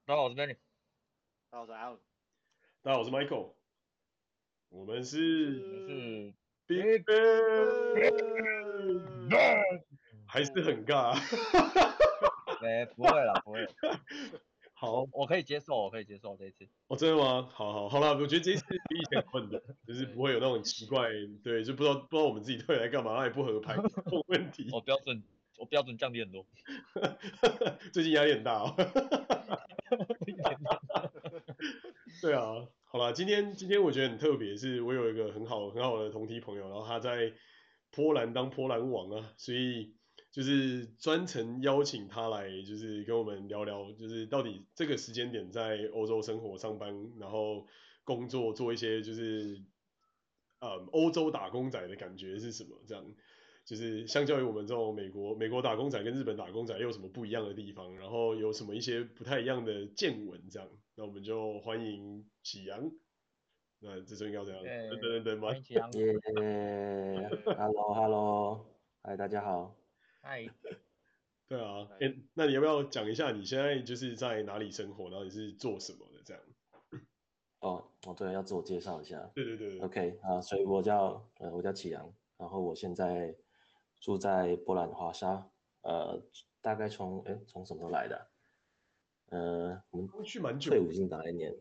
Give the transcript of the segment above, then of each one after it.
大家好，我是 Benny。 大家好，我是 Alan， 大家好，我是 Michael，我们我们是我们是是 Big Big Big Bang， Bang。 Bang。 还是很尬。 不会啦，不会。我好， 我可以接受，我可以接受这一次。 哦，真的吗？好了，我觉得这一次比以前好很多，就是不对， 会有那种很奇怪， 习惯。 对，就不知道我们自己到底来干嘛，然后也不合拍这种问题。 我标准我标准降低很多。 最近压力很大哦。 一点点。 对啊，好啦，今天我觉得很特别，是我有一个很好的同梯朋友，然后他在波兰当波兰王啊，所以就是专程邀请他来，就是跟我们聊聊，就是到底这个时间点在欧洲生活、上班，然后工作，做一些就是欧洲打工仔的感觉是什么？这样就是相较于我们这种美国打工仔跟日本打工仔又有什么不一样的地方，然后有什么一些不太一样的见闻这样。那我们就欢迎启阳。那这时候应该要怎样？等吗？ 欢迎启阳。 耶耶， ，Hello Hello，嗨，大家好。 嗨。 对啊， 来， 哎，那你要不要讲一下你现在就是在哪里生活，然后你是做什么的这样？ 对，要自我介绍一下。 对， OK 啊，所以我叫启阳，然后我现在住在波兰华沙，大概从什么时候来的我们我去蛮久的， 退伍是哪一年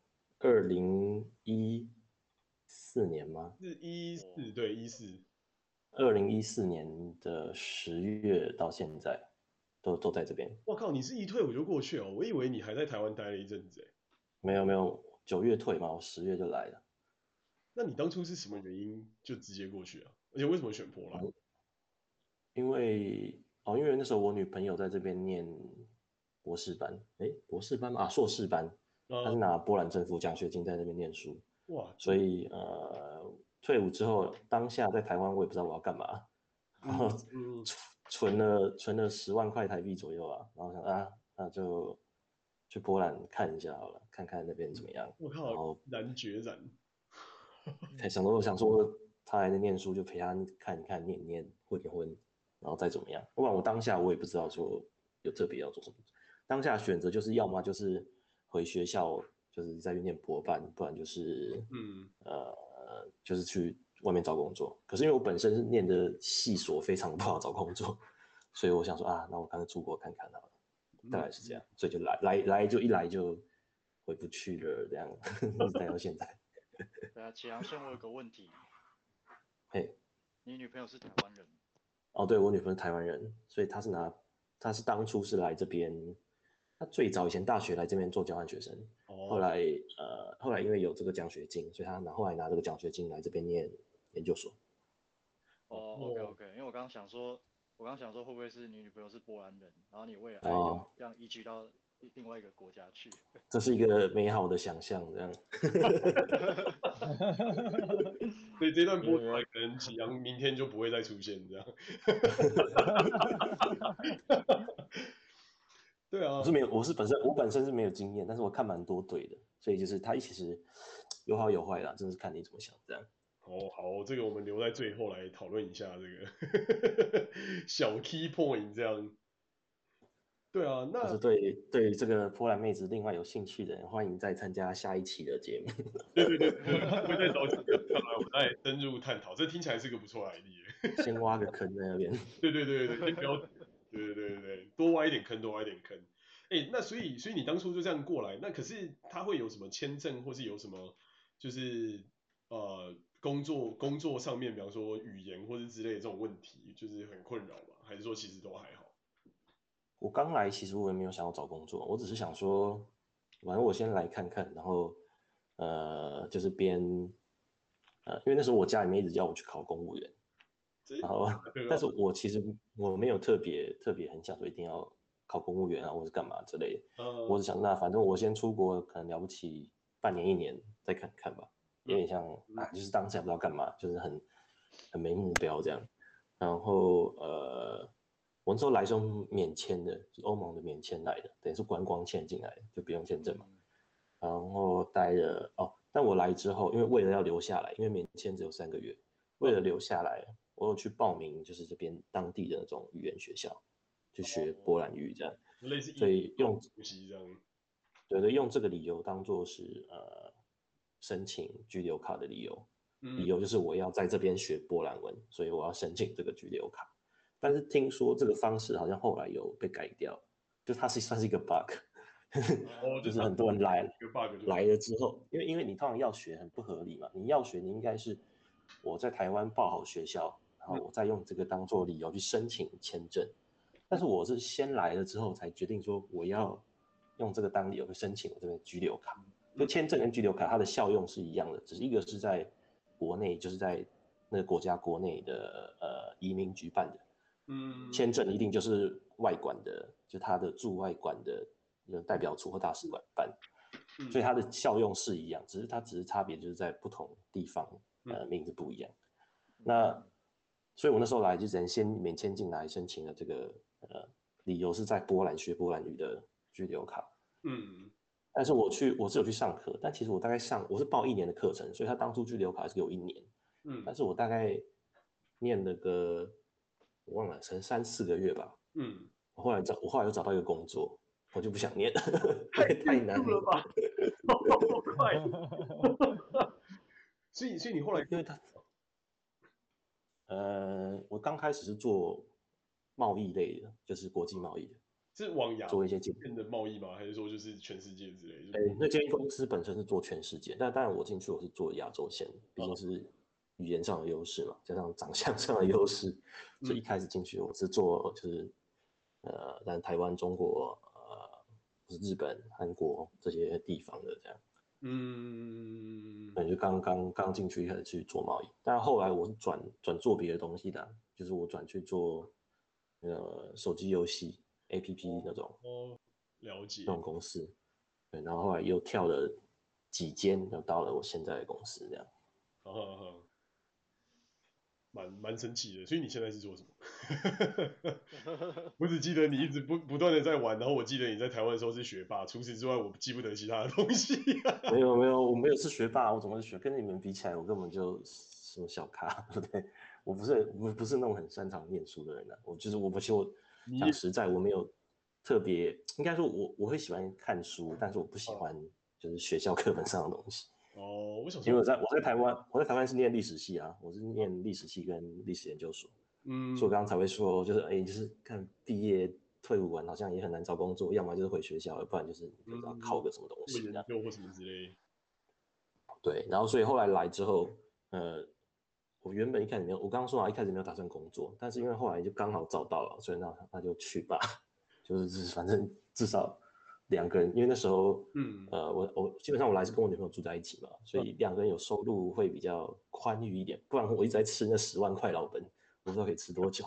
？2014年吗？ 是一我四对14。 2014年的10月到现在，都在这边。 我靠，你是一退伍就过去哦，我以为你还在台湾待了一阵子哎。 没有，9月退嘛，我10月就来了。 那你当初是什么原因就直接过去啊？而且为什么选波兰？ 哦因为那时候我女朋友在这边念博士班，博士班吗？硕士班，她是啊， 拿波兰政府奖学金在那边念书， 哇，这么， 所以退伍之后，当下在台湾我也不知道我要干嘛，然后嗯， 存了10万块台币左右啊，然后想那就去波兰看一下好了，看看那边怎么样， 我靠， 然后然决然， 想说他还在念书，就陪他看一看、念一念、混一混，然后再怎么样。不然我当下我也不知道说有特别要做什么，当下选择就是要么就是回学校，就是在念博班，不然嗯， 就是去外面找工作。可是因为我本身是念的系所非常不好找工作，所以我想说那我干脆出国看看好了，大概是这样，所以就来就一来就回不去了，这样一直待到现在。 大家启阳，先我有个问题， 嘿， 你女朋友是台湾人， 哦，对，我女朋友是台湾人，所以她是当初是来这边，她最早以前大学来这边做交换学生，后哦， 来后来因为有这个奖学金，所以后来拿这个奖学金来这边念研究所。 哦，OK 哦， OK，因为我刚想说会不会是你女朋友是波兰人，然后你为了爱哦， 这样移居到另外一个国家去， 这是一个美好的想象，这样。 所以这段播出来， 有有。 可能启阳明天就不会再出现这样。对啊， 我是没有，我本身是没有经验，但是我看蛮多队的，所以就是他其实有好有坏啦，真的是看你怎么想这样。 好，这个我们留在最对， 后来讨论一下这个小 key point 这样。对啊，那要是对这个波兰妹子另外有兴趣的人，欢迎再参加下一期的节目。 对，我会再找几个上来，我们再深入探讨。这听起来是个不错的 idea。 先挖个坑在那边。 对，先不要，对，多挖一点坑，多挖一点坑。哎，那所以你当初就这样过来，那可是他会有什么签证，或是有什么就是工作上面，比方说语言或者之类的这种问题，就是很困扰吗？还是说其实都还好？ 我刚来，其实我也没有想要找工作，我只是想说，反正我先来看看，然后就是因为那时候我家里面一直叫我去考公务员， 这然后对啊， 但是其实我没有特别很想说一定要考公务员啊，或是干嘛之类的，我呃， 只想那反正我先出国，可能了不起半年1年再看看吧，有点像就是当下不知道干嘛，就是很没目标这样。然后我那时候来是用免签的，是欧盟的免签来的，等于是观光签进来的，就不用签证嘛。 嗯， 然后待了但我来之后，因为为了要留下来，因为免签只有3个月，为了留下来，我有去报名，就是这边当地的那种语言学校，去学波兰语这样。 类似一所以用东西这样。 对对，用这个理由当做是申请居留卡的理由。理由就是我要在这边学波兰文，所以我要申请这个居留卡。但是听说这个方式好像后来有被改掉，就它算是一个 bug，就是很多人来了之后，因为你通常要学很不合理嘛，你要学你应该是我在台湾报好学校，然后我再用这个当做理由去申请签证。但是我是先来了之后才决定说我要用这个当理由去申请我这边居留卡。就签证跟居留卡它的效用是一样的，只是一个是在国内，就是在那个国家国内的移民局办的，签证一定就是外管的，就他的驻外管的代表处或大使馆办，所以它的效用是一样，只是差别就是在不同地方名字不一样。那所以我那时候来就只能先免签进来申请了这个理由是在波兰学波兰语的居留卡。但是我是有去上课，但其实我大概我是报1年的课程，所以他当初居留卡是给我1年，但是我大概念了个我忘了，可能3-4个月吧，我后来又找到一个工作，我就不想念了，太难了吧，好快，所以你后来因为他我刚开始是做贸易类的，就是国际贸易的。 是往亚做一些的贸易吗？还是说就是全世界之类的？ 那间公司本身是做全世界，但当然我进去我是做亚洲线，毕竟是语言上的优势嘛，加上长相上的优势，所以一开始进去我是做就是但台湾、中国、日本、韩国这些地方的这样。就刚进去一开始去做贸易，但后来我是转做别的东西的，就是我转去做手机游戏 APP 那种。 了解。 那种公司，对，然后后来又跳了几间，就到了我现在的公司这样。 蛮神奇的。所以你现在是做什么？我只记得你一直不断的在玩，然后我记得你在台湾的时候是学霸，除此之外我记不得其他的东西。 没有，我没有是学霸，我怎么是跟你们比起来，我根本就什么小咖，对不对？我不是那种很擅长念书的人啊，我讲实在，我没有特别，应该说我会喜欢看书，但是我不喜欢就是学校课本上的东西。 我想说， 因为我在台湾是念历史系啊，我是念历史系跟历史研究所，所以我刚刚才会说，就是看毕业退伍完好像也很难找工作，要么就是回学校，不然就是要考个什么东西研究或什么之类。 对，然后所以后来来之后，我原本一开始没有，我刚刚说一开始没有打算工作，但是因为后来就刚好找到了，所以那就去吧，就是反正至少2个人，因为那时候，我基本上我来是跟我女朋友住在一起嘛，所以2个人有收入会比较宽裕一点，不然我一直在吃那10万块老本，我不知道可以吃多久。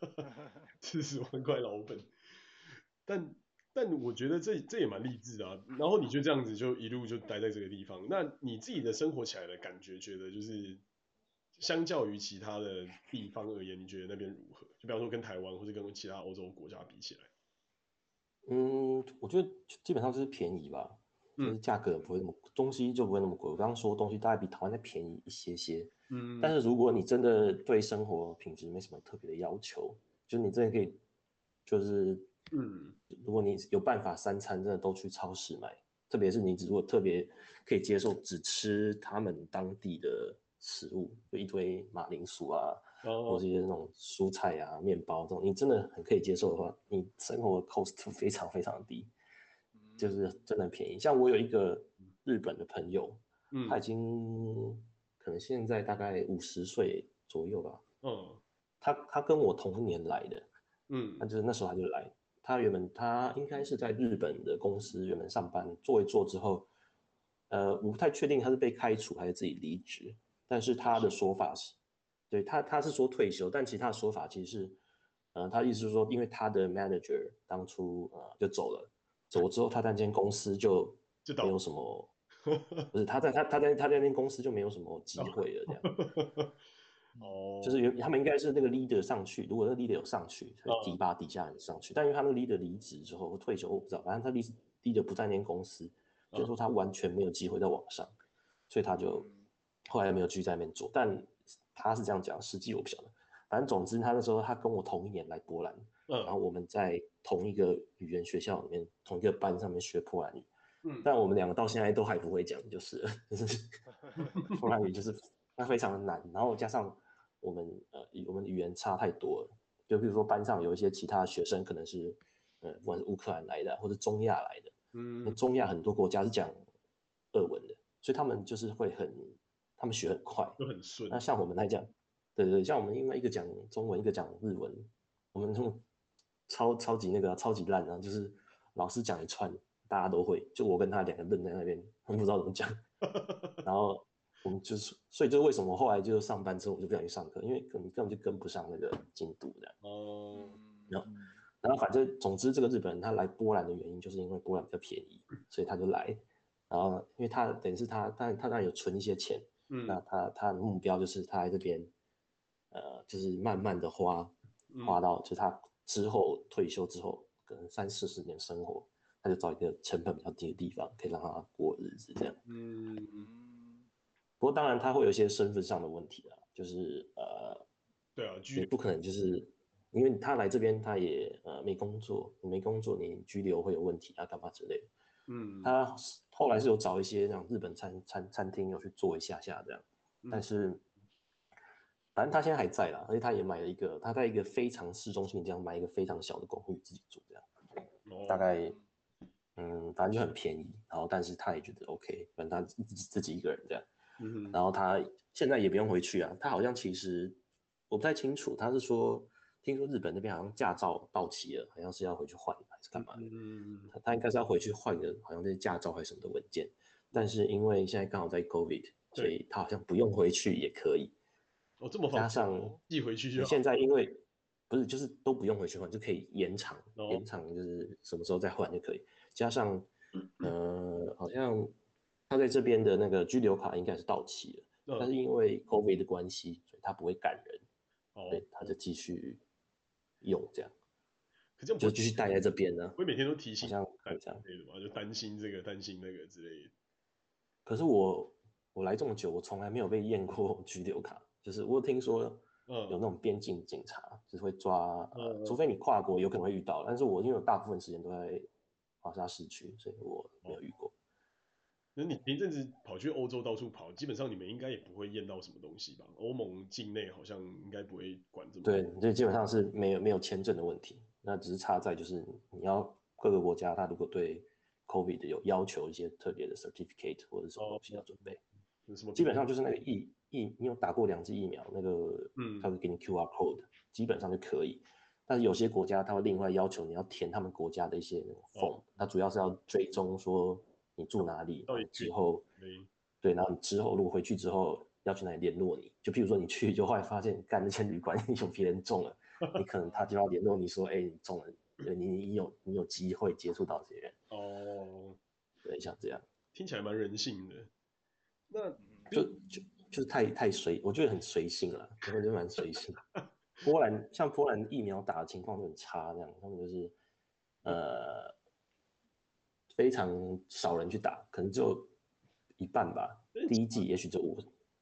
40万块老本，但我觉得这也蛮励志的啊。然后你就这样子就一路就待在这个地方，那你自己的生活起来的感觉，觉得就是相较于其他的地方而言，你觉得那边如何？就比方说跟台湾或者跟其他欧洲国家比起来。 我觉得基本上就是便宜吧，就是价格不会那么，东西就不会那么贵。我刚刚说东西大概比台湾再便宜一些，但是如果你真的对生活品质没什么特别的要求，就是你真的可以，就是如果你有办法3餐真的都去超市买，特别是你如果特别可以接受只吃他们当地的食物，就一堆马铃薯啊。或者一些那种蔬菜啊、面包这种，你真的很可以接受的话，你生活的 cost 非常非常低，就是真的很便宜。像我有一个日本的朋友，他已经可能现在大概50岁左右吧，他跟我同年来的，他就是那时候他就来，他应该是在日本的公司原本上班，做一做之后，我不太确定他是被开除还是自己离职，但是他的说法是。对他是说退休，但其实他的说法其实是，他的意思是说，因为他的 manager 当初就走了之后，他在那间公司就没有什么，不是他在那间公司就没有什么机会了，这样。就是他们应该是那个 leader 上去，如果那个 leader 有上去，才提拔底下人上去。但因为他那个 leader 离职之后或退休，我不知道，反正他 leader 不在那间公司，所以说他完全没有机会在网上，所以他就后来没有继续在那边做，但。他是这样讲，实际我不晓得。反正总之，他那时候他跟我同一年来波兰，然后我们在同一个语言学校里面，同一个班上面学波兰语。 但我们两个到现在都还不会讲，就是了就是波兰语就是它非常的难，然后加上我们语言差太多了，就比如说班上有一些其他学生可能是不管是乌克兰来的或者中亚来的，那中亚很多国家是讲俄文的，所以他们就是他们学很快， 就很顺。 那像我们来讲，对，像我们因为一个讲中文，一个讲日文，我们这种超级那个超级烂啊，就是老师讲一串，大家都会，就我跟他两个愣在那边，他们不知道怎么讲，然后我们就是，所以就是为什么后来就是上班之后我就不想去上课，因为你根本就跟不上那个进度的。然后反正总之这个日本人他来波兰的原因就是因为波兰比较便宜，所以他就来，然后因为他等于是他当然有存一些钱，那他的目标就是他来这边，就是慢慢的花到就是他之后退休之后可能30-40年生活，他就找一个成本比较低的地方可以让他过日子这样。不过当然他会有一些身份上的问题啊，就是对啊， 你不可能就是因为他来这边他也没工作，你没工作你居留会有问题啊干嘛之类的。他后来是有找一些那种日本餐厅有去做一下这样，但是反正他现在还在啦，而且他也买了他在一个非常市中心这样买一个非常小的公寓自己住这样，大概反正就很便宜，然后但是他也觉得 OK， 反正他自己一个人这样。然后他现在也不用回去啊，他好像其实我不太清楚，他是说听说日本那边好像驾照到期了，好像是要回去换还是干嘛的，他应该是要回去换个好像是驾照还是什么的文件，但是因为现在刚好在 COVID， 所以他好像不用回去也可以。 这么加上寄回去就好。 现在因为不是就是都不用回去换就可以延长，就是什么时候再换就可以，加上好像他在这边的那个居留卡应该是到期了，但是因为 COVID 的关系，所以他不会赶人，所以他就继续用这样， 可这样就继续待在这边呢。 会每天都提醒， 好像可以这样， 就担心这个担心那个之类的。 可是我来这么久，我从来没有被验过居留卡，就是我有听说有那种边境警察就是会抓，除非你跨国有可能会遇到，但是因为我大部分时间都在华沙市区，所以我没有遇过。 那你前一阵子跑去欧洲到处跑，基本上你们应该也不会验到什么东西吧？欧盟境内好像应该不会管这么多。 对，就基本上是没有签证的问题，那只是差在就是你要各个国家，它如果对 COVID 有要求一些特别的 certificate 或者什么东西要准备，基本上就是那个你有打过2剂疫苗，那个它会给你 QR code， 基本上就可以。但是有些国家它会另外要求你要填他们国家的一些那种 form，它主要是要追踪说你住哪里，然后之后对，然后你之后如果回去之后要去哪里联络你，就譬如说你去就后来发现干那间旅馆有别人中了，你可能他就要联络你说，哎，你中了，你有机会接触到这些人。对，像这样。 听起来蛮人性的。那就是太随，我觉得很随性了，我觉得蛮随性。像波兰疫苗打的情况就很差，这样他们就是非常少人去打，可能只有一半吧。第一季也许只有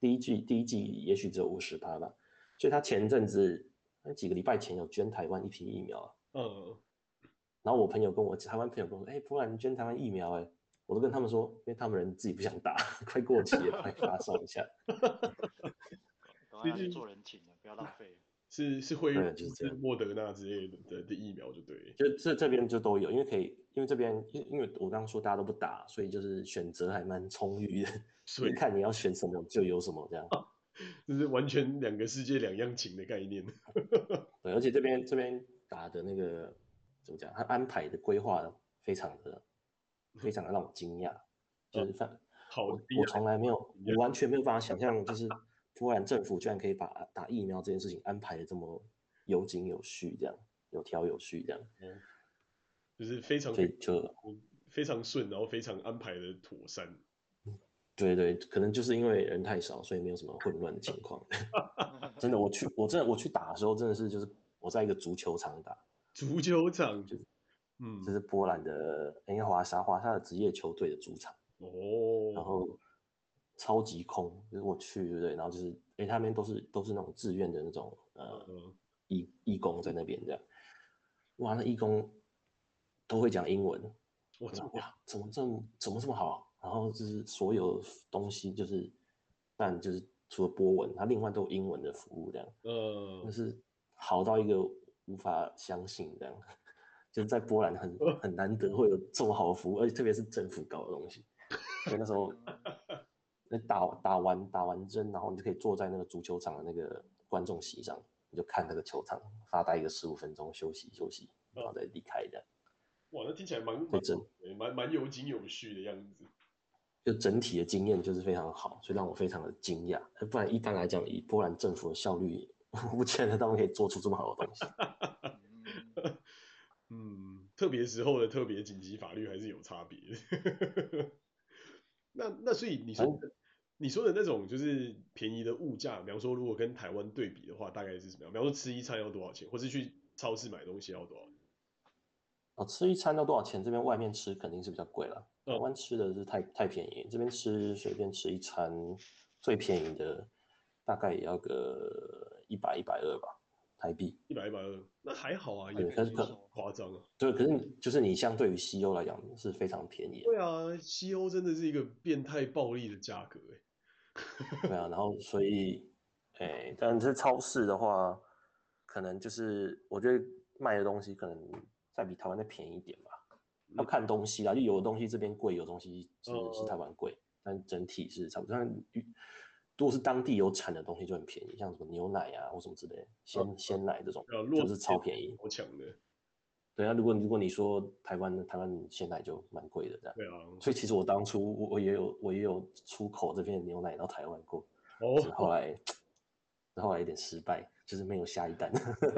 50%吧。所以他前阵子几个礼拜前有捐台湾1批疫苗，然后台湾朋友跟我说，哎，波兰捐台湾疫苗，哎。我都跟他们说，因为他们人自己不想打，快过期了，快发烧一下。 赶快去做人情了，不要浪费。 是会就是莫德纳之类的疫苗就对。 就这边就都有，因为这边因为我刚刚说大家都不打，所以就是选择还蛮充裕的，所以看你要选什么就有什么这样。 就是完全两个世界两样情的概念。 对，而且这边打的那个怎么讲，他安排的规划非常的让我惊讶，就是我从来没有，我完全没有办法想象，就是波兰政府居然可以把打疫苗这件事情安排的这么有井有序，这样有条有序这样， 就是非常顺，然后非常安排的妥善。 对，可能就是因为人太少，所以没有什么混乱的情况。真的，我去打的时候，真的是就是我在一个足球场打， 足球场， 这是波兰的华沙的职业球队的主场。然后超级空，就是我去对不对？然后就是他那边都是那种志愿的那种义工在那边这样，哇，那义工都会讲英文， 我这么哇，怎么这么好？然后就是所有东西就是，但就是除了波文，它另外都有英文的服务这样，就是好到一个无法相信这样，就是在波兰很难得会有这么好的服务，而且特别是政府搞的东西。所以那时候那打完针，然后你就可以坐在那个足球场的那个观众席上，你就看那个球场发呆个15分钟，休息休息，然后再离开的。 哇，那听起来所以蛮有景有序的样子。 就整体的经验就是非常好，所以让我非常的惊讶。不然一般来讲，以波兰政府的效率，我不觉得他们可以做出这么好的东西。 特别时候的特别紧急法律还是有差别的。那所以你说的那种就是便宜的物价，比方说如果跟台湾对比的话，大概是什么样？比方说吃一餐要多少钱，或是去超市买东西要多少钱？ 吃一餐要多少钱？这边外面吃肯定是比较贵了。台湾吃的是太便宜，这边随便吃一餐，最便宜的大概也要个100、120吧，台币。 100、120，那还好啊，也对，可是夸张啊。 对，可是就是你相对于西欧来讲是非常便宜的。 对啊，西欧真的是一个变态暴利的价格对啊，然后所以，但是超市的话，可能就是我觉得卖的东西可能再比台湾再便宜一点吧，要看东西啦，就有的东西这边贵，有的东西是台湾贵，但整体是差不多。但如果是当地有产的东西就很便宜，像什么牛奶啊或什么之类的，鲜奶这种就是超便宜。 超强的。 对啊，如果你说台湾鲜奶就蛮贵的这样。 对啊， 所以其实我当初我也有出口这边的牛奶到台湾过， 哦， 是后来有点失败，就是没有下一单。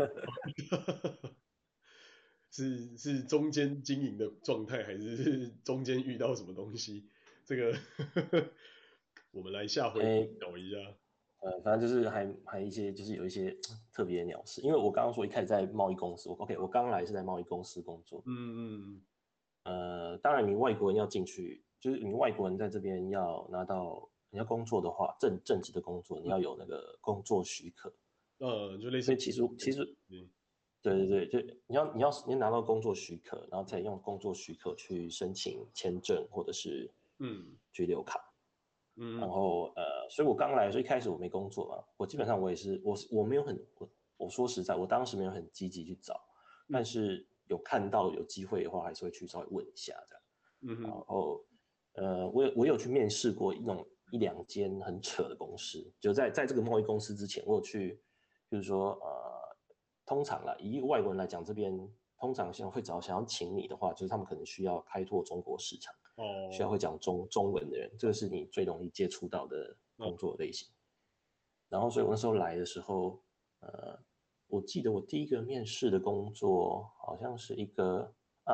是中间经营的状态，还是中间遇到什么东西？这个我们来下回聊一下。 反正就是还一些就是有一些特别的鸟事，因为我刚刚说一开始在贸易公司，OK，我刚来是在贸易公司工作。当然你外国人要进去，就是你外国人在这边要拿到你要工作的话，正职的工作，你要有那个工作许可。 就类似。 所以其实，对对对，就你拿到工作许可，然后再用工作许可去申请签证或者是居留卡。然后所以我刚来的时候一开始我没工作嘛，我基本上我也是我没有我说实在，我当时没有很积极去找，但是有看到有机会的话，还是会去稍微问一下这样。然后我有去面试过一两间很扯的公司，就在这个贸易公司之前，我有去，就是说通常啦，以一个外国人来讲，这边通常想要请你的话，就是他们可能需要开拓中国市场。需要会讲中文的人，这个是你最容易接触到的工作类型。然后，所以我那时候来的时候，我记得我第一个面试的工作好像是一个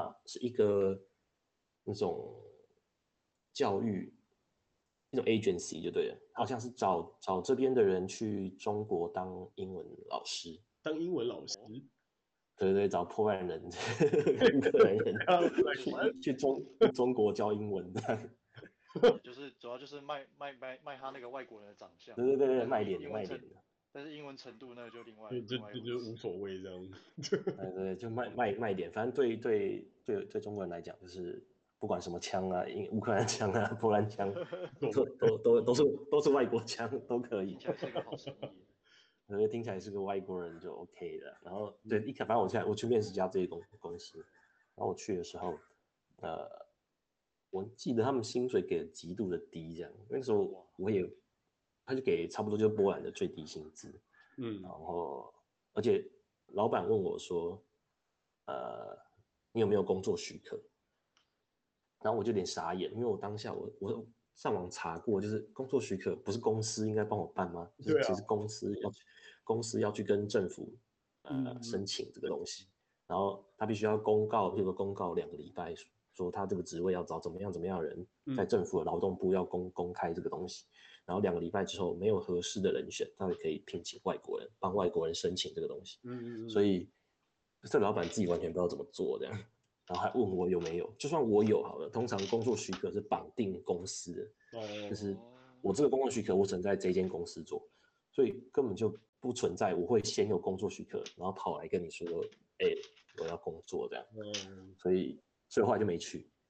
那种教育一种 agency 就对了，好像是找这边的人去中国当英文老师。 当英文老师。 对对，找破烂人、乌克兰人去中国教英文的。 就是主要就是卖他那个外国人的长相。 对，卖脸的。 但是英文程度那个就另外就无所谓这样。 对，就卖点，反正对中国人来讲，就是不管什么枪啊，乌克兰枪啊，波兰枪，都是外国枪，都可以。 听起来是个好生意。 听起来是个外国人就 OK 了。然后对，反正我去面试家这些公司，然后我去的时候，我记得他们薪水给的极度的低，这样。那时候他就给差不多就是波兰的最低薪资。然后而且老板问我说，你有没有工作许可？然后我就有点傻眼，因为我当下我上网查过，就是工作许可不是公司应该帮我办吗？就是其实公司要去跟政府申请这个东西，然后他必须要公告2个礼拜，说他这个职位要找怎么样的人，在政府的劳动部要公开这个东西，然后2个礼拜之后没有合适的人选，他就可以聘请外国人帮外国人申请这个东西。所以这老板自己完全不知道怎么做这样。然后还问我有没有，就算我有好了，通常工作许可是绑定公司的，就是我这个工作许可我只能在这间公司做，所以根本就不存在我会先有工作许可，然后跑来跟你说，我要工作这样，所以后来就没去，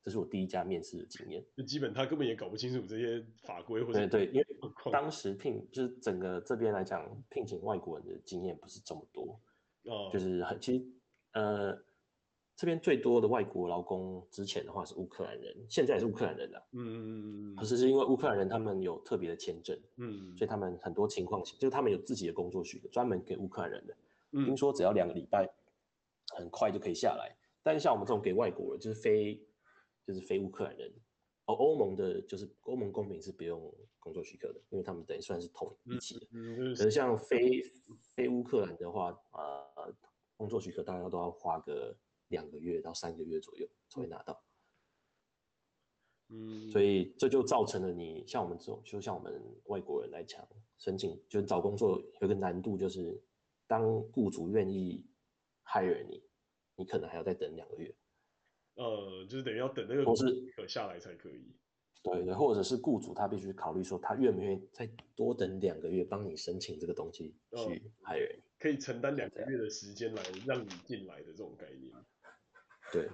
这是我第一家面试的经验。 就基本他根本也搞不清楚这些法规或者对，因为当时就是整个这边来讲，聘请外国人的经验不是这么多，就是其实这边最多的外国劳工之前的话是乌克兰人，现在也是乌克兰人的，可是因为乌克兰人他们有特别的签证，所以他们很多情况就是他们有自己的工作许可，专门给乌克兰人的，听说只要2个礼拜，很快就可以下来。但是像我们这种给外国人，就是非乌克兰人，欧盟的就是欧盟公民是不用工作许可的，因为他们等于算是同一起的。可是像非乌克兰的话，工作许可大概都要花个2个月到3个月左右才会拿到。所以这就造成了你像我们这种，就像我们外国人来讲，申请就是找工作有个难度，就是当雇主愿意 hire 你可能还要再等2个月。 就是等于要等那个或是可下来才可以。 对，或者是雇主他必须考虑说，他愿不愿意再多等2个月帮你申请这个东西去 hire 你， 可以承担2个月的时间来让你进来的这种概念。 对，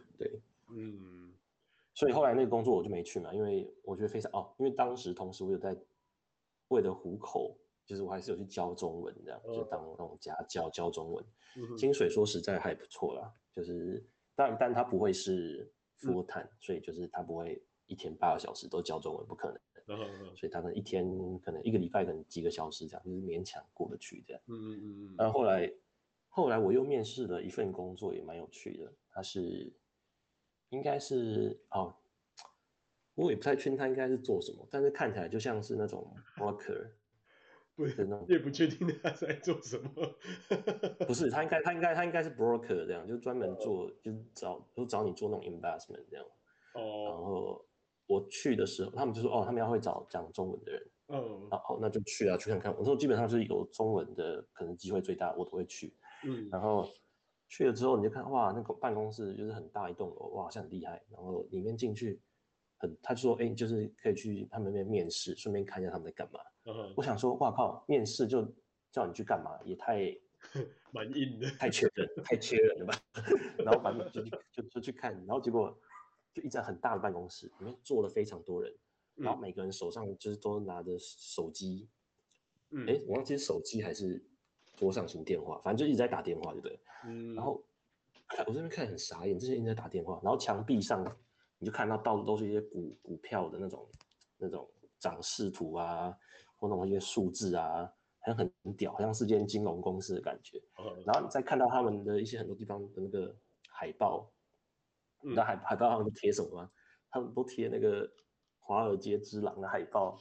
所以后来那个工作我就没去嘛，因为我觉得非常因为当时同时我有在为了糊口，就是我还是有去教中文这样，就当那种家教教中文，薪水说实在还不错啦，就是但他不会是 full time，所以就是他不会1天8个小时都教中文，不可能，所以他可能1天可能1个礼拜可能几个小时这样，就是勉强过得去这样。然后后来我又面试了一份工作，也蛮有趣的，他是应该是我也不太确定他应该是做什么，但是看起来就像是那种 broker， 也不确定他在做什么。 不是，他应该是 broker 这样，就专门做就是找你做那种 investment 这样。然后我去的时候，他们就说他们要会找讲中文的人。然后那就去看看。我说基本上就是有中文的可能机会最大，我都会去。然后去了之后你就看哇，那个办公室就是很大一栋楼，哇，好像很厉害。然后里面进去他就说就是可以去他们那边面试，顺便看一下他们在干嘛。我想说哇靠，面试就叫你去干嘛，也太蛮硬的， 太缺人了吧。然后反正就去看，然后结果就一家很大的办公室，里面坐了非常多人，然后每个人手上就是都拿着手机，我忘记是手机还是桌上型电话，反正就一直在打电话，对不对？然后我这边看很傻眼，这些人在打电话，然后墙壁上你就看到到处都是一些股票的那种涨势图啊，或那种一些数字啊，好像很屌，好像是间金融公司的感觉。然后你再看到他们的一些很多地方的那个海报，你知道海报上都贴什么吗？他们都贴那个华尔街之狼的海报。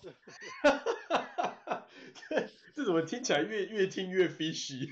这怎么听起来越听越 fishy？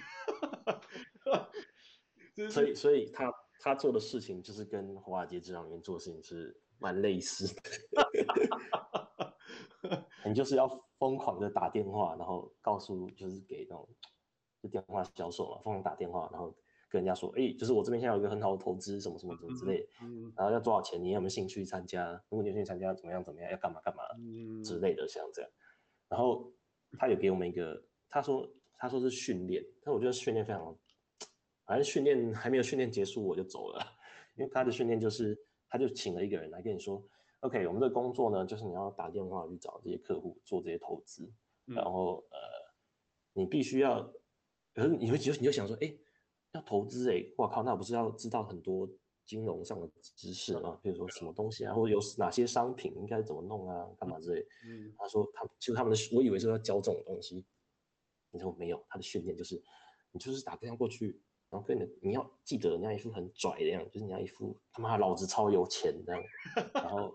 所以他做的事情就是跟华尔街之狼里面做的事情是蛮类似的。你就是要疯狂的打电话，然后就是给那种就电话销售嘛，疯狂打电话，然后跟人家说，就是我这边现在有一个很好的投资，什么什么什么之类的，然后要多少钱，你有没有兴趣参加？如果你有兴趣参加，怎么样，要干嘛之类的，像这样。然后他有给我们一个，他说是训练，但我觉得训练非常，反正训练还没有训练结束我就走了，因为他的训练就是他就请了一个人来跟你说 ，OK， 我们的工作呢就是你要打电话去找这些客户做这些投资，然后你必须要，可是你就想说，要投资我靠，那我不是要知道很多金融上的知识啊，比如说什么东西啊，或者有哪些商品应该怎么弄啊，干嘛之类。他说其实他们我以为是要教这种东西，你说没有，他的训练就是你就是打电话过去，然后你要记得人家一副很拽的样子，就是你要一副他妈老子超有钱这样，然后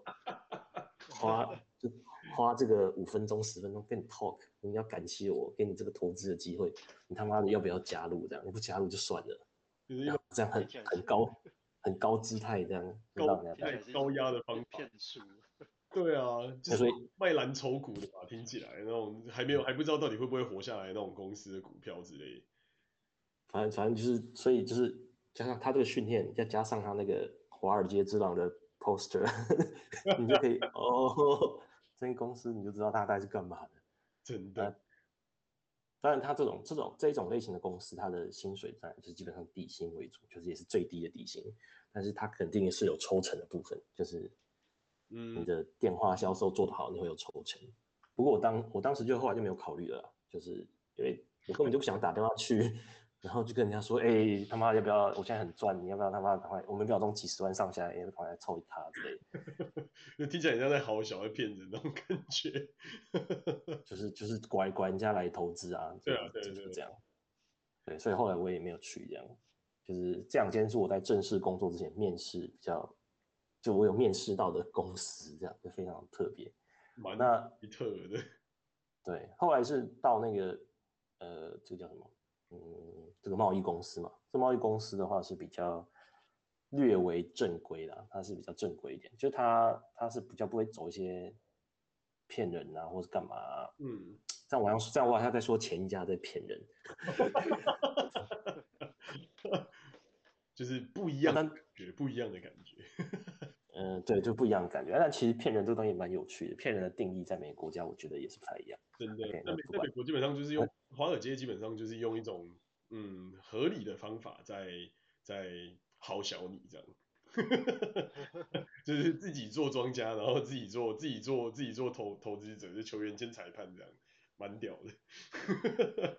花这个5分钟10分钟跟你 talk， 你要感谢我给你这个投资的机会，你他妈的要不要加入这样？你不加入就算了，然后这样很高姿态这样， 高压的方法， 骗术。 对啊，就是卖蓝筹股的吧，听起来那种还不知道到底会不会活下来那种公司的股票之类的。 反正就是，所以就是加上他这个训练，再加上他那个华尔街之狼的 poster， 你就可以这间公司你就知道他大概是干嘛的。 真的。 当然，他这种类型的公司，他的薪水当然就是基本上底薪为主，就是也是最低的底薪，但是他肯定是有抽成的部分，就是嗯， 的电话销售做得好，你会有抽成。不过我当时就后来就没有考虑了啦，就是因为我根本就不想打电话去，然后就跟人家说，哎、他妈要不要？我现在很赚，你要不要他妈赶快？我们秒钟几十万上下，赶快来凑一卡之类的。 就听起来很像在好小在骗人那种感觉。 就是拐人家来投资啊， 对啊，对对就是这样。对，所以后来我也没有去这样。就是这两间是我在正式工作之前面试比较，就我有面试到的公司，这样就非常特别。 蛮那奇特的。 对，后来是到那个这个叫什么？这个贸易公司嘛。这贸易公司的话是比较略为正规的，它是比较正规一点，就它是比较不会走一些骗人啊，或是干嘛啊。 嗯， 这样我好像在说前一家在骗人。 就是不一样的但感觉，不一样的感觉。 对，就不一样的感觉。但其实骗人这个东西蛮有趣的，骗人的定义在每个国家我觉得也是不太一样。 真的， OK， 在那不管。 美国基本上就是用华尔街基本上就是用一种合理的方法在好小你这样。就是自己做庄家，然后自己做投资者，就球员兼裁判这样，蛮屌的。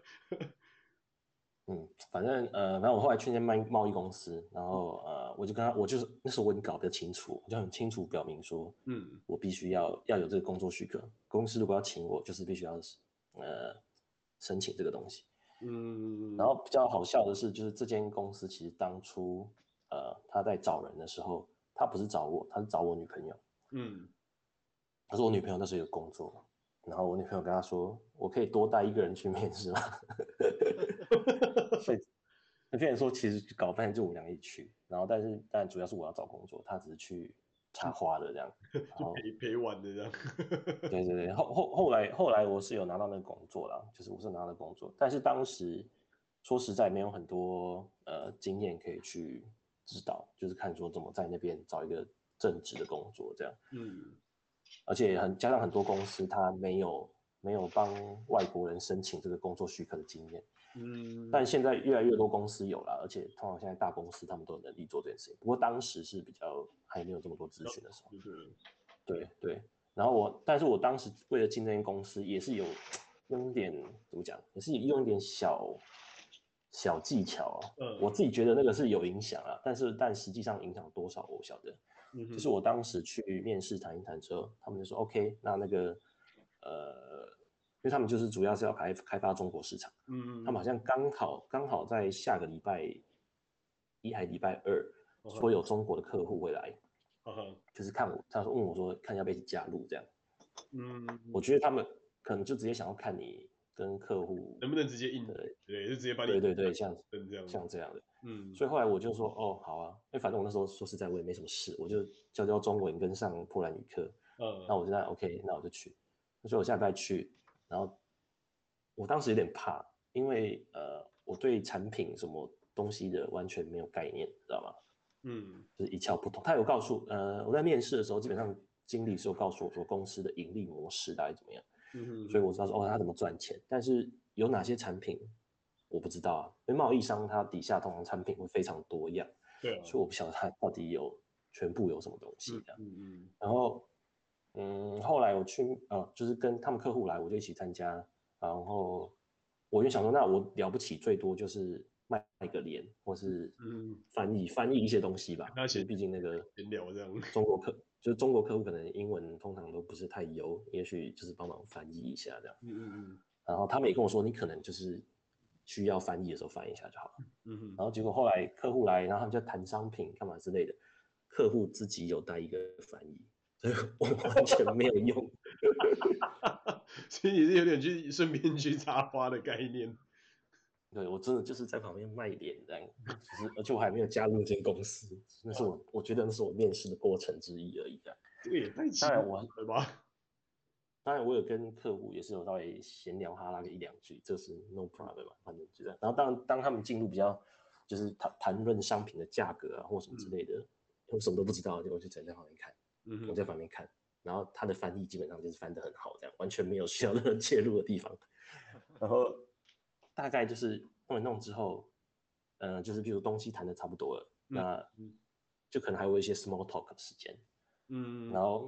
反正我后来去那间贸易公司，然后我就跟他，我就是那时候我已经搞得清楚，我就很清楚表明说， 嗯我必须要有这个工作许可，公司如果要请我，就是必须要申请这个东西。然嗯后比较好笑的是，就是这间公司其实当初他在找人的时候，他不是找我，他是找我女朋友。 嗯， 他说我女朋友那时候有工作嘛，然后我女朋友跟他说，我可以多带一个人去面试吗？所以那变成说，其实搞半天就我们两个一起去，然后但主要是我要找工作，他只是去插花的这样。然就后陪玩的这样。 对对对，后来我是有拿到那个工作啦，就是我是拿到工作，但是当时说实在没有很多经验可以去指导，就是看说怎么在那边找一个正职的工作这样。 嗯而且加上很多公司它没有帮外国人申请这个工作许可的经验。 嗯， 但现在越来越多公司有了，而且通常现在大公司他们都有能力做这件事情。不过当时是比较还没有这么多资讯的时候。对对。然后但是我当时为了进这间公司，也是有用一点怎么讲，也是用一点小技巧啊。我自己觉得那个是有影响啊，但实际上影响多少我不晓得。就是我当时去面试谈一谈之后，他们就说 OK，那个因为他们就是主要是要开发中国市场。他们好像刚好在下个礼拜一还礼拜二说有中国的客户会来，就是看我，他说问我说看要不要一起加入这样。我觉得他们可能就直接想要看你跟客户能不能直接应对，就直接把你对像这样的。所以后来我就说哦好啊，因为反正我那时候说实在我也没什么事，我就教中文跟上波兰语课。那我就在 OK， 那我就去。所以我下礼拜去，然后我当时有点怕，因为我对产品什么东西的完全没有概念，知道吗？就是一窍不通。他有告诉我在面试的时候，基本上经理是有告诉我说公司的盈利模式大概怎么样。所以我知道说哦他怎么赚钱，但是有哪些产品我不知道啊，因为贸易商它底下通常产品会非常多样， 对啊， 所以我不晓得它到底全部有什么东西这样。然后后来我去就是跟他们客户来，我就一起参加，然后我就想说，那我了不起最多就是卖个脸，或是翻译一些东西吧，因为毕竟那个闲聊这样， 中国客户可能英文通常都不是太优，也许就是帮忙翻译一下这样。然后他们也跟我说，你可能就是需要翻译的时候翻译一下就好了。然后结果后来客户来，然后他们就谈商品干嘛之类的，客户自己有带一个翻译，所以我完全没有用。 所以你是有点去顺便去插花的概念。 对，我真的就是在旁边卖脸这样，就是而且我还没有加入这间公司，那是我觉得那是我面试的过程之一而已这样。 这个也太奇怪了吧？ 当然我有跟客户也是有稍微闲聊哈拉个一两句，这是 no problem 嘛，反正就这样。然后当他们进入比较就是谈论商品的价格啊或什么之类的，我什么都不知道，我就在旁边看，我在旁边看，然后他的翻译基本上就是翻得很好，这样完全没有需要任何介入的地方。然后大概就是弄之后，就是比如东西谈的差不多了，那就可能还有一些 small talk 的时间。然后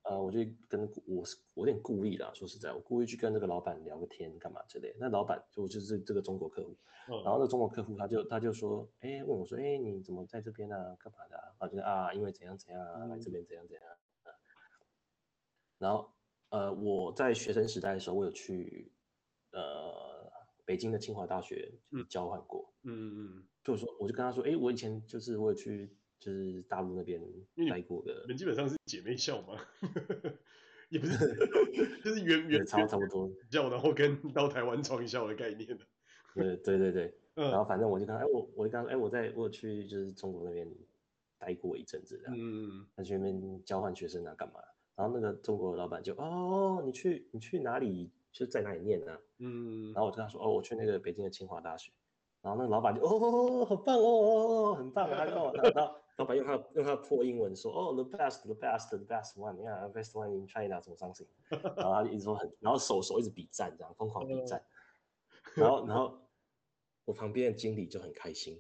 我就我有点故意啦，说实在，我故意去跟这个老板聊个天，干嘛之类的。那老板就是这个中国客户，然后那中国客户他就说，哎，问我说，哎，你怎么在这边啊？干嘛的啊？然后就因为怎样怎样啊，来这边怎样怎样啊。然后我在学生时代的时候，我有去北京的清华大学交换过，就是说我就跟他说，哎，我以前就是我有去就是大陆那边待过的。 你们基本上是姐妹校吗？也不是，就是原差不多校，然后跟到台湾创校的概念。 对，然后反正我就跟他，我就跟他说，我有去就是中国那边待过一阵子的，他去那边交换学生啊干嘛？然后那个中国的老板就你去哪里？就在哪里念啊？然后我就跟他说，我去那个北京的清华大学。然后那个老板就好棒很棒啊！然后老板用他的破英文说，the best one，best one in China 什么 something， 然后他就一直说然后手一直比赞，这样疯狂比赞，然后我旁边的经理就很开心，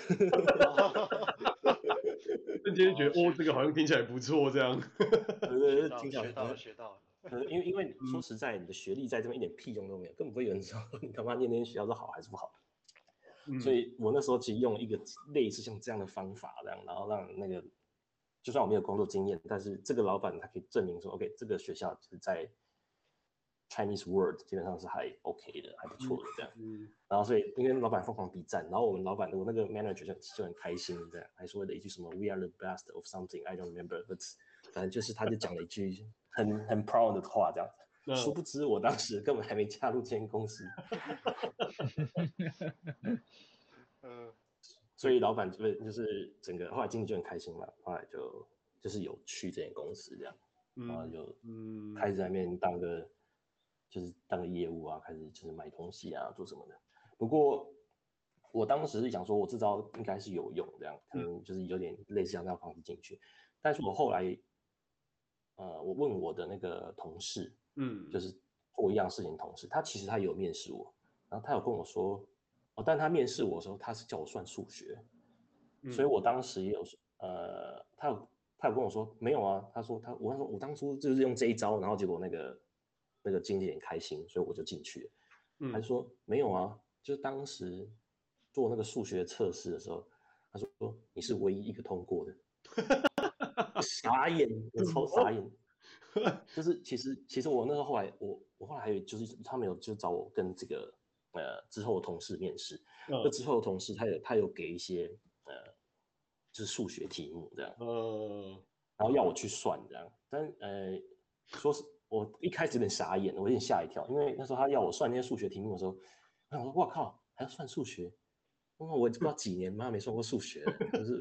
瞬间觉得这个好像听起来不错，这样。 对，听起来学到了。 因为说实在，你的学历在这边一点屁用都没有，根本不会有人知道你他妈念那些学校是好还是不好。所以我那时候其实用一个类似像这样的方法，这样，然后让那个，就算我没有工作经验，但是这个老板他可以证明说 ，OK， 这个学校就是在 Chinese World 基本上是还 OK 的，还不错的这样。然后所以因为老板疯狂比赞，然后我那个 manager 就很开心这样，还说了一句什么 "We are the best of something I don't remember"，but 反正就是他就讲了一句很 proud 的话这样。殊不知我当时根本还没加入这间公司，所以老板就是整个后来经理就很开心嘛，后来就是有去这间公司这样，然后就开始在那边当个业务啊，开始就是买东西啊做什么的。不过我当时是想说我这招应该是有用这样，可能就是有点类似像那样方式进去，但是我后来我问我的那个同事。就是做一样事情的同事，他其实他有面试我，然后他有跟我说，但他面试我的时候，他是叫我算数学，所以我当时也有他有跟我说没有啊，我当初就是用这一招，然后结果那个经理很开心，所以我就进去了，他就说没有啊，就是当时做那个数学测试的时候，他说你是唯一一个通过的，傻眼，我超傻眼。就是其实我那时候后来我后来还有就是他们有就找我跟这个之后的同事面试，那之后的同事他有给一些就是数学题目这样，然后要我去算这样，但说是我一开始有点傻眼，我有点吓一跳，因为那时候他要我算那些数学题目的时候，我想说哇靠还要算数学，我不知道几年妈没算过数学，就是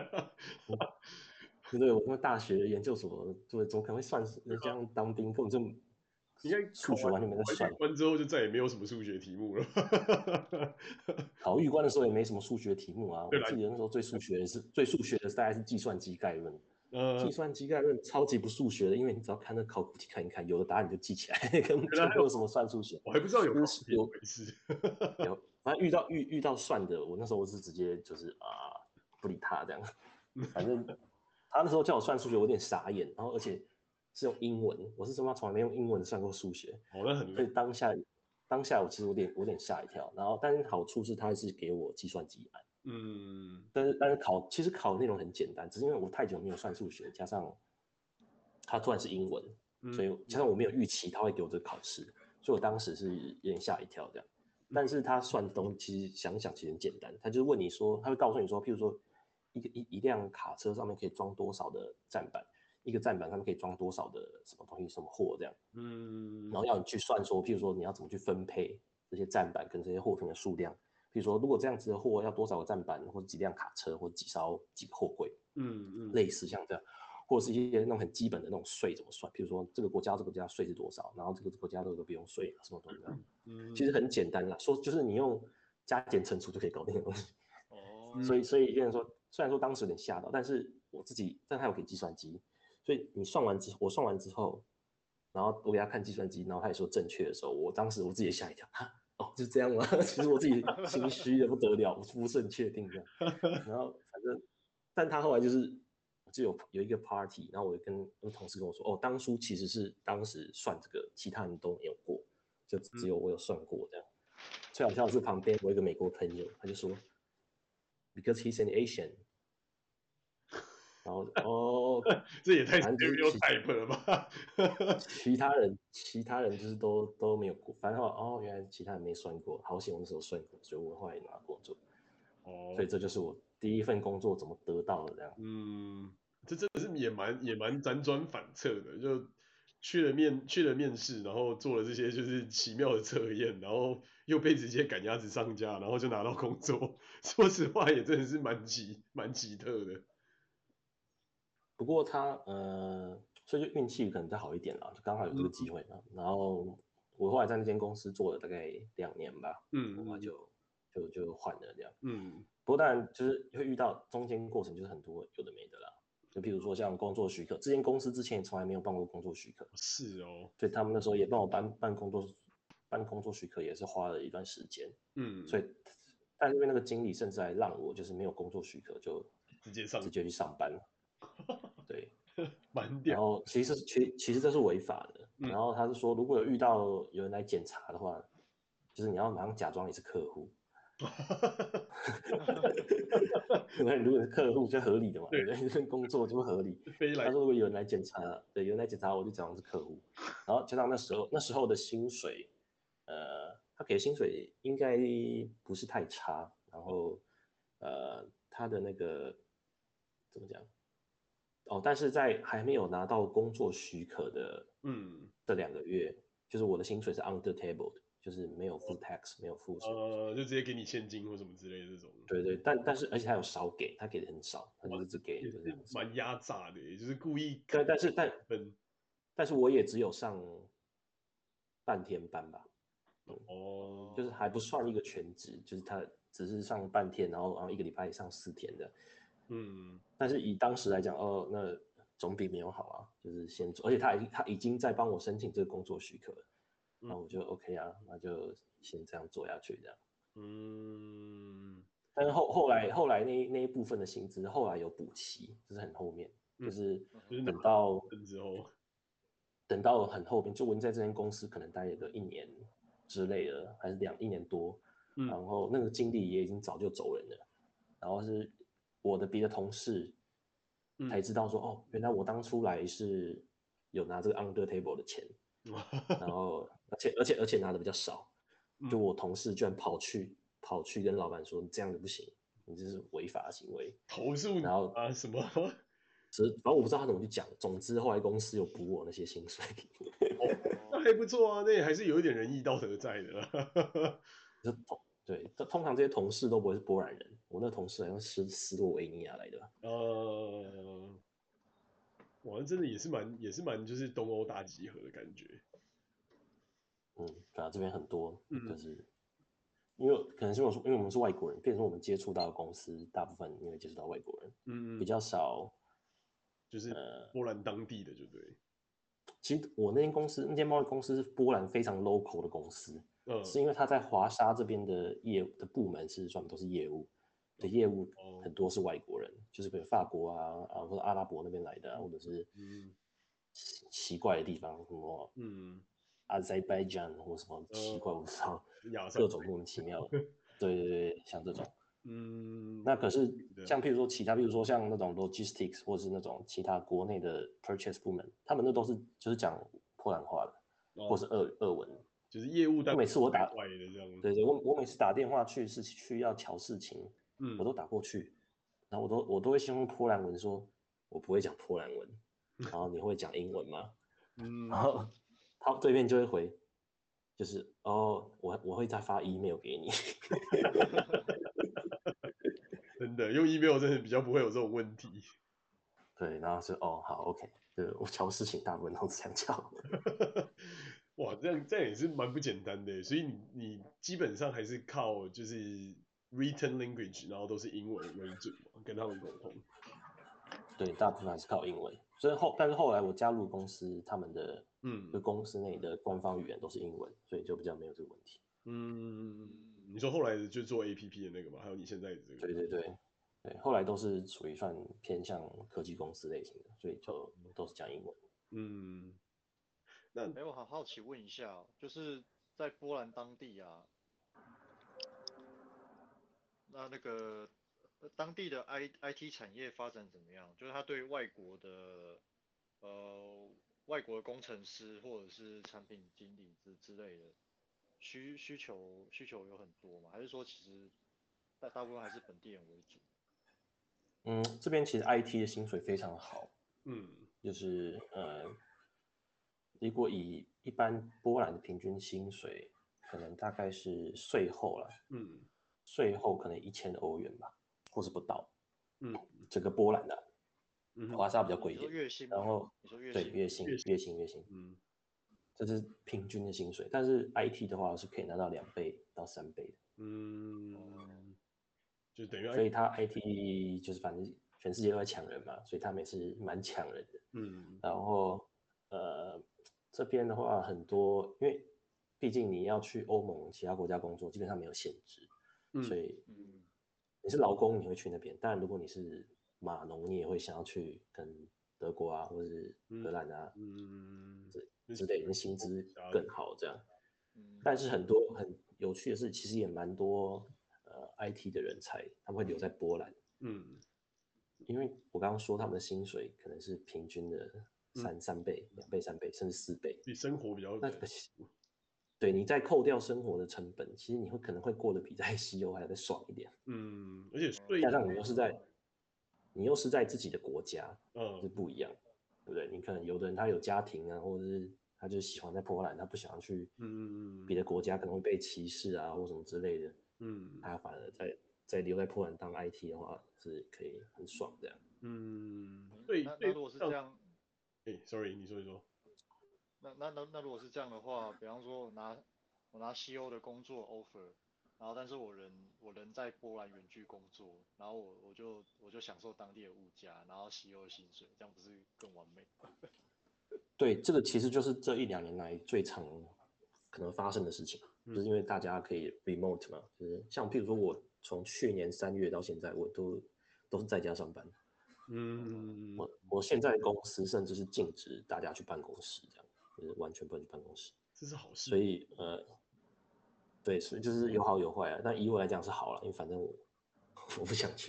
对，我那大学研究所，对，怎么可能会算？这样当兵根本就应该数学完全没在算。 完之后就再也没有什么数学题目了。 考预官的时候也没什么数学题目啊。我记得那时候最数学的大概是计算机概论。计算机概论超级不数学的，因为你只要看那考古题看一看，有的答案你就记起来，根本就没有什么算数学。 我还不知道有回事。 有，反正遇到算的，我那时候是直接就是不理他这样，反正。他那时候叫我算数学，我有点傻眼，然后而且是用英文，我是他妈从来没用英文算过数学，所以当下我其实有点吓一跳，然后但是好处是他是给我计算机案，但是其实考的内容很简单，只是因为我太久没有算数学，加上他突然是英文，所以加上我没有预期他会给我这个考试，所以我当时是有点吓一跳这样，但是他算的东西其实想想其实很简单，他就是问你说，他会告诉你说，譬如说。一辆卡车上面可以装多少的站板，一个站板上面可以装多少的什么东西什么货这样，然后要你去算说，譬如说你要怎么去分配这些站板跟这些货品的数量，譬如说如果这样子的货要多少个站板，或者几辆卡车，或者几个货柜，类似像这样，或者是一些那种很基本的那种税怎么算，譬如说这个国家税是多少，然后这个国家都不用税什么东西这样，其实很简单啦，说就是你用加减乘除就可以搞定的东西。所以变成说，虽然说当时有点吓到，但他有给计算机，所以我算完之后，然后我给他看计算机，然后他也说正确的时候，当时我自己也吓一跳，就这样吗？其实我自己心虚的不得了，我不是很确定这样。然后反正，但他后来就是就有一个 party，然后我跟同事跟我说，哦，当初其实是当时算这个，其他人都没有过，就只有我有算过这样。最好笑的是旁边我有一个美国朋友，他就说 ，because he's an Asian，然后这也太反正就是 stereotype 了吧？ 其他人就是都没有过，反正原来其他人没算过，好险我那时候算过，所以我后来拿工作。所以这就是我第一份工作怎么得到的这样。 这真的是也蛮辗转反侧的，就去了面试，然后做了这些就是奇妙的测验，然后又被直接赶鸭子上架，然后就拿到工作。说实话，也真的是蛮奇特的。 不过所以就运气可能再好一点啦，就刚好有这个机会嘛。然后我后来在那间公司做了大概2年吧，我后来就换了这样。不过当然就是会遇到中间过程就是很多有的没的啦，就譬如说像工作许可，这间公司之前从来没有办过工作许可， 是哦， 所以他们那时候也帮我办工作许可，也是花了一段时间。所以但因为那个经理甚至还让我就是没有工作许可就直接去上班。对， 蛮屌。 然后其实这是违法的。然后他是说，如果有遇到有人来检查的话，就是你要马上假装你是客户。那如果是客户就合理的嘛，对不对？工作就合理。他说如果有人来检查，对，有人来检查，我就假装是客户。然后加上那时候的薪水，他给的薪水应该不是太差。然后他的那个怎么讲？但是在还没有拿到工作许可的这2个月，就是我的薪水是 under table 的，就是没有付 tax， 没有付什么， 就直接给你现金或什么之类的这种。 对，但是而且他有少给，他给的很少，他就是只给就这样子。 蛮压榨的，也就是故意。 对，但是我也只有上半天班吧，就是还不算一个全职，就是他只是上半天，然后1个礼拜上4天的。但是以当时来讲，那总比没有好啊，就是先做，而且他已经在帮我申请这个工作许可了，那我就 OK 啊，那就先这样做下去这样。但是后来那一部分的薪资后来有补齐，就是很后面，就是等到很后面，就我在这间公司可能待了个1年之类的，还是1年多，然后那个经理也已经早就走人了，然后是我的别的同事才知道说，原来我当初来是有拿这个 under table 的钱，然后而且拿的比较少，就我同事居然跑去跟老板说，你这样子不行，你这是违法行为， 投诉你然后什么？ 反正我不知道他怎么去讲，总之后来公司有补我那些薪水。 那还不错啊，那也还是有一点仁义道德在的啦。 对，通常这些同事都不会是波兰人，我那同事好像是斯洛维尼亚来的吧。 哇，真的也是蛮就是东欧大集合的感觉。 对啊，这边很多，就是因为可能是因为我们是外国人，变成说我们接触到的公司大部分因为接触到外国人，比较少， 就是波兰当地的就对。 其实我那间贸易公司是波兰非常 local 的公司，是因为他在华沙这边的部门是专门都是业务，的业务很多是外国人，就是比如法国或者阿拉伯那边来的，或者是奇怪的地方，什么Azerbaijan 或什么奇怪我不知道，各种莫名其妙的，对，像这种。那可是像譬如说像那种 logistics 或是那种其他国内的 purchase 部门，他们那都是就是讲波兰话的，或是俄文， 就是业务单位。 每次我打外的这样。 对，我每次打电话去是需要瞧事情，我都打过去，然后我都会先用波兰文说，我不会讲波兰文，然后你会讲英文吗？然后他对面就会回，就是我会再发 email 给你。 真的用 email 真的比较不会有这种问题。 对，然后是好 OK， 对，我瞧事情大部分都是这样瞧。 哇，这样也是蛮不简单的，所以你基本上还是靠就是 written language， 然后都是英文为主嘛，跟他们沟通。 对，大部分还是靠英文，但是后来我加入公司，他们的就公司内的官方语言都是英文，所以就比较没有这个问题。 你说后来就做 APP 的那个嘛，还有你现在的这个。 对， 对，后来都是属于算偏向科技公司类型的，所以就都是讲英文。 嗯，那哎，我很好奇问一下哦，就是在波兰当地啊，那个当地的 IT 产业发展怎么样？就是他对呃外国的工程师或者是产品经理之类的需求有很多吗？还是说其实大部分还是本地人为主？ 这边其实 IT 的薪水非常好， 嗯就是如果以一般波兰的平均薪水，可能大概是税后了， 嗯税后可能1000欧元吧，或是不到， 嗯整个波兰的， 嗯华沙比较贵你说一点， 月薪吗？ 然后你说月对薪？ 月薪， 嗯这是平均的薪水，但是 IT 的话是可以拿到2倍到3倍的， 哦， 嗯，就等于所以他 IT 就是反正全世界都在抢人嘛，所以他们也是蛮抢人的。 嗯然后这边的话很多，因为毕竟你要去欧盟其他国家工作，基本上没有限制， 嗯所以嗯， 你是劳工你会去那边，当然如果你是码农，你也会想要去跟德国啊或者是荷兰啊嗯， 之类的，薪资更好这样。 嗯， 但是很有趣的是，其实也蛮多IT 的人才，他们会留在波兰， 嗯因为我刚刚说他们的薪水可能是平均的嗯， 3倍、2倍、3倍，甚至4倍。 比生活比较那个对你再扣掉生活的成本，其实你可能会过得比在西欧还要再爽一点。 而且税加上你又是在自己的国家，是不一样，对不对？你可能有的人他有家庭啊，或者是他就喜欢在波兰，他不想去别的国家，可能会被歧视啊或什么之类的，他反而在留在波兰当 IT 的话是可以很爽这样。 对， 那如果是这样， sorry，你说， 那如果是这样的话，比方说我拿西欧的工作 offer，然后但是我人在波兰远距工作，然后我就享受当地的物价，然后西欧的薪水，这样不是更完美？ 对，这个其实就是这1、2年来最常可能发生的事情，就是因为大家可以 remote 嘛，就是像譬如说我从去年3月到现在，我都是在家上班。我现在公司甚至是禁止大家去办公室，这样就是完全不能去办公室。 这是好事， 所以对，所以就是有好有坏啊。但以我来讲是好了，因为反正我不想去。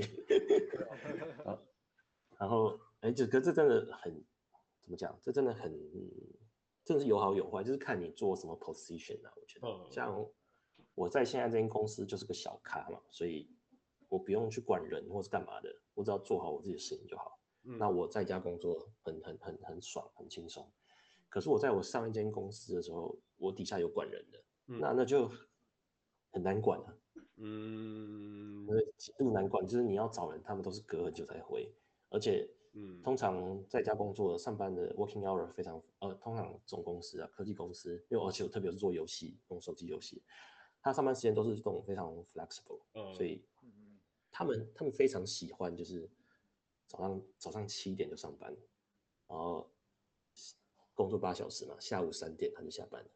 然后可这真的很怎么讲？这真的很真的是有好有坏，就是看你做什么 position 啊。我觉得像我在现在这间公司就是个小咖嘛，所以我不用去管人或是干嘛的，我只要做好我自己的事情就好。那我在家工作很爽，很轻松。可是我在我上一间公司的时候，我底下有管人的，那就很难管啊。极度难管，就是你要找人，他们都是隔很久才回，而且通常在家工作上班的 working hour 非常通常总公司啊，科技公司，因为而且我特别是做游戏，用手机游戏，他上班时间都是这种非常 flexible，所以他们非常喜欢就是早上7点就上班，然后工作8小时嘛，下午3点他就下班了。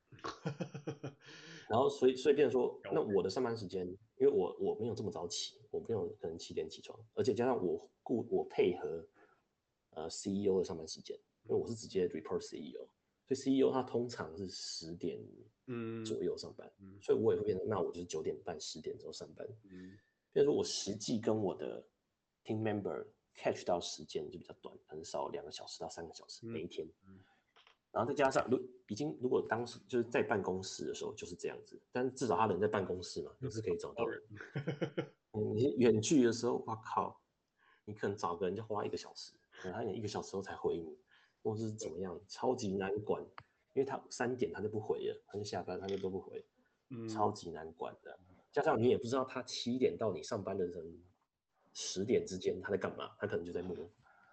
然后所以变成说，那我的上班时间，因为我没有这么早起，我没有可能7点起床，而且加上我配合CEO 的上班时间，因为我是直接 report CEO，所以 CEO 他通常是10点左右上班，所以我也会变成那我就是9点半10点之后上班，变成说我实际跟我的 team member catch 到时间就比较短，很少2个小时到3个小时每一天。然后再加上如果当时就是在办公室的时候就是这样子，但至少他人在办公室嘛，也是可以找到人。你远距的时候，哇靠，你可能找个人就花1个小时，可能他1个小时后才回你，或者是怎么样，超级难管，因为他3点他就不回了，他就下班他就都不回，超级难管的。加上你也不知道他7点到你上班的人10点之间他在干嘛，他可能就在摸。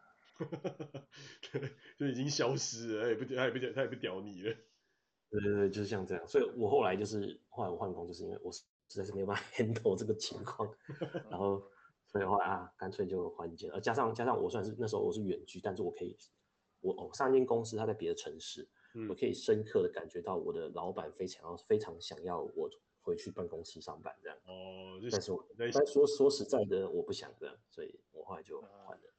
就已经消失了，他也不屌你了。 对，就是像这样，所以我后来我换工，就是因为我实在是没有办法 handle 这个情况，然后所以后来干脆就换一间，加上我算是那时候我是远距，但是我上一间公司它在别的城市，我可以深刻的感觉到我的老板非常想要我回去办公室上班这样。 哦， 但说实在的，我不想这样，所以我后来就换了。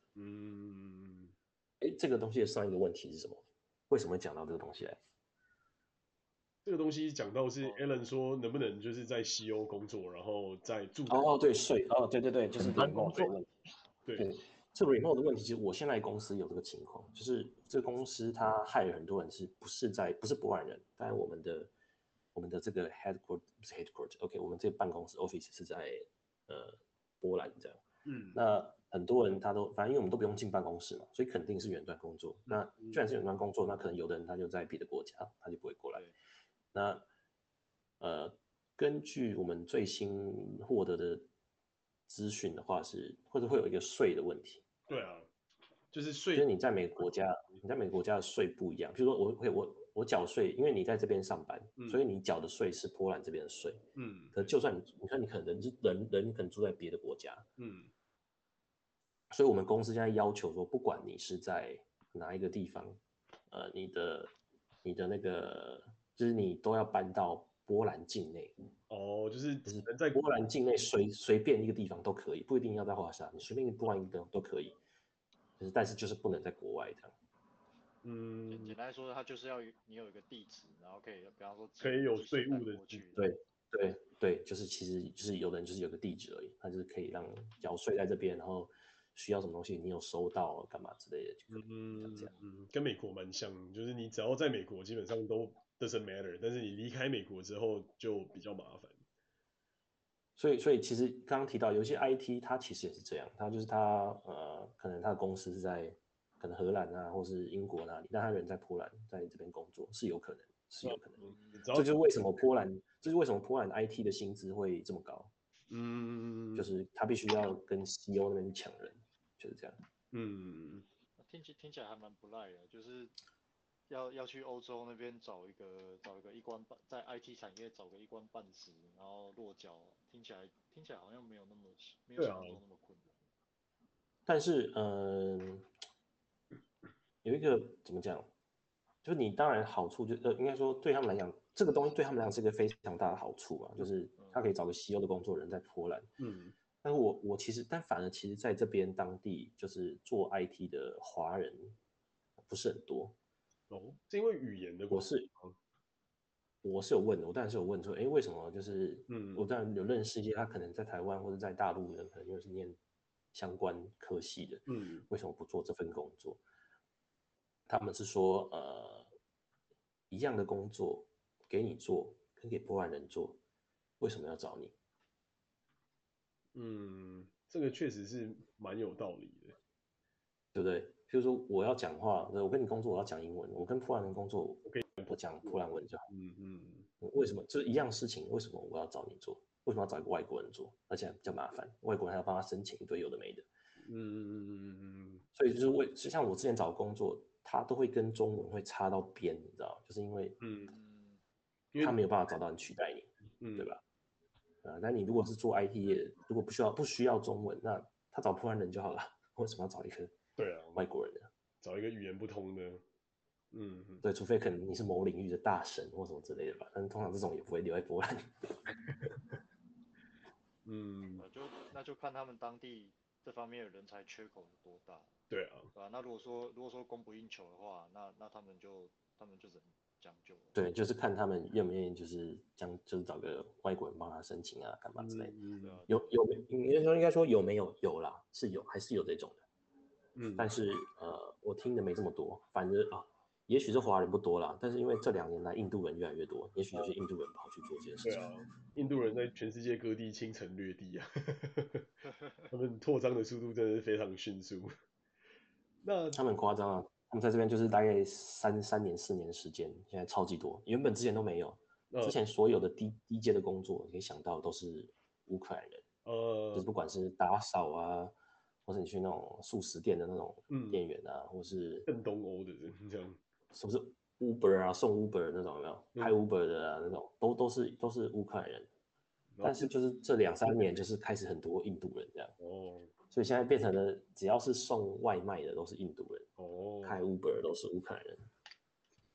这个东西的上一个问题是什么？为什么会讲到这个东西来？ 这个东西讲到是 Alan 说能不能就是在西欧工作，然后在住对税对，就是 remote 的问题。 对， 这 remote 的问题，其实我现在公司有这个情况，就是这个公司它害很多人不是波兰人，但是我们的这个 headquarter，OK， 我们这个办公室 office 是在波兰这样。那很多人他都反正因为我们都不用进办公室嘛，所以肯定是远端工作。那既然是远端工作，那可能有的人他就在别的国家，他就不会过来。那根据我们最新获得的资讯的话或者会有一个税的问题。 对啊，就是税， 就是你在每个国家的税不一样。比如说我缴税，因为你在这边上班，所以你缴的税是波兰这边的税。可就算你看你可能人可能住在别的国家，所以我们公司现在要求说，不管你是在哪一个地方，你的那个就是你都要搬到波兰境内。 就是在波兰境内随便一个地方都可以，不一定要在华沙，你随便波兰一个地方都可以。但是就是不能在国外这样。 简单来说，它就是要你有一个地址，然后可以，比方说可以有税务的过去。 对，就是其实就是有的人就是有个地址而已，他就是可以让缴税在这边，然后需要什么东西你有收到干嘛之类的就可以这样。 跟美国蛮像，就是你只要在美国基本上都 doesn't matter， 但是你离开美国之后就比较麻烦。 所以其实刚刚提到有一些 IT 它其实也是这样，它就是可能他的公司是在可能荷兰啊或是英国那里，但他人在波兰在这边工作是有可能。这就是为什么波兰 IT 的薪资会这么高。就是他必须要跟西欧那边抢人，就是这样。 听起来还蛮不赖的，就是要去欧洲那边找一个一官半，在 IT 产业找个一官半职，然后落脚，听起来好像没有想象中那么困难。 但是有一个怎么讲，就是你当然好处应该说对他们来讲，这个东西对他们来讲是一个非常大的好处啊，就是他可以找个西欧的工作人在波兰。但是我其实，反而其实在这边当地就是做 IT 的华人不是很多。 是因为语言的关系。 我是有问的，我当然是有问说，为什么就是我当然有认识一些他可能在台湾或者在大陆人，可能又是念相关科系的，为什么不做这份工作？他们是说，一样的工作给你做，跟给波兰人做，为什么要找你？ 这个确实是蛮有道理的， 对不对？譬如说我要讲话，我跟你工作我要讲英文，我跟波兰人工作我讲波兰文就好。为什么就是一样事情，为什么我要找你做？为什么要找一个外国人做？而且比较麻烦，外国人还要帮他申请一堆有的没的。所以就是像我之前找工作，他都会跟中文会插到边，你知道，就是因为他没有办法找到人取代你，对吧？那你如果是做 IT 业，如果不需要中文，那他找波兰人就好了，为什么要找一个外国人呢？ 找一个语言不通的。 对，除非可能你是某领域的大神或什么之类的吧，但通常这种也不会留在波兰。 那就看他们当地这方面的人才缺口有多大。 对啊。 那如果说供不应求的话，那他们就只能将就了。 对，就是看他们愿不愿意，就是找个外国人帮他申请啊，干嘛之类的。应该说有没有？有啦，是有，还是有这种的。但是我听的没这么多，反正也许是华人不多啦，但是因为这2年来印度人越来越多，也许就是印度人跑去做这件事情。 对啊，印度人在全世界各地倾城掠地啊，他们扩张的速度真的是非常迅速。那他们很夸张啊，他们在这边就是大概3年4年的时间，现在超级多，原本之前都没有，之前所有的低阶的工作，你可以想到都是乌克兰人，就是不管是打扫啊，或是你去那种素食店的那种店员啊，或是更东欧的人这样， 是不是 Uber 啊，送 Uber 那种有没有？开 Uber 的啊那种，都是乌克兰人，但是就是这2、3年就是开始很多印度人这样。所以现在变成了只要是送外卖的都是印度人，开 Uber 都是乌克兰人。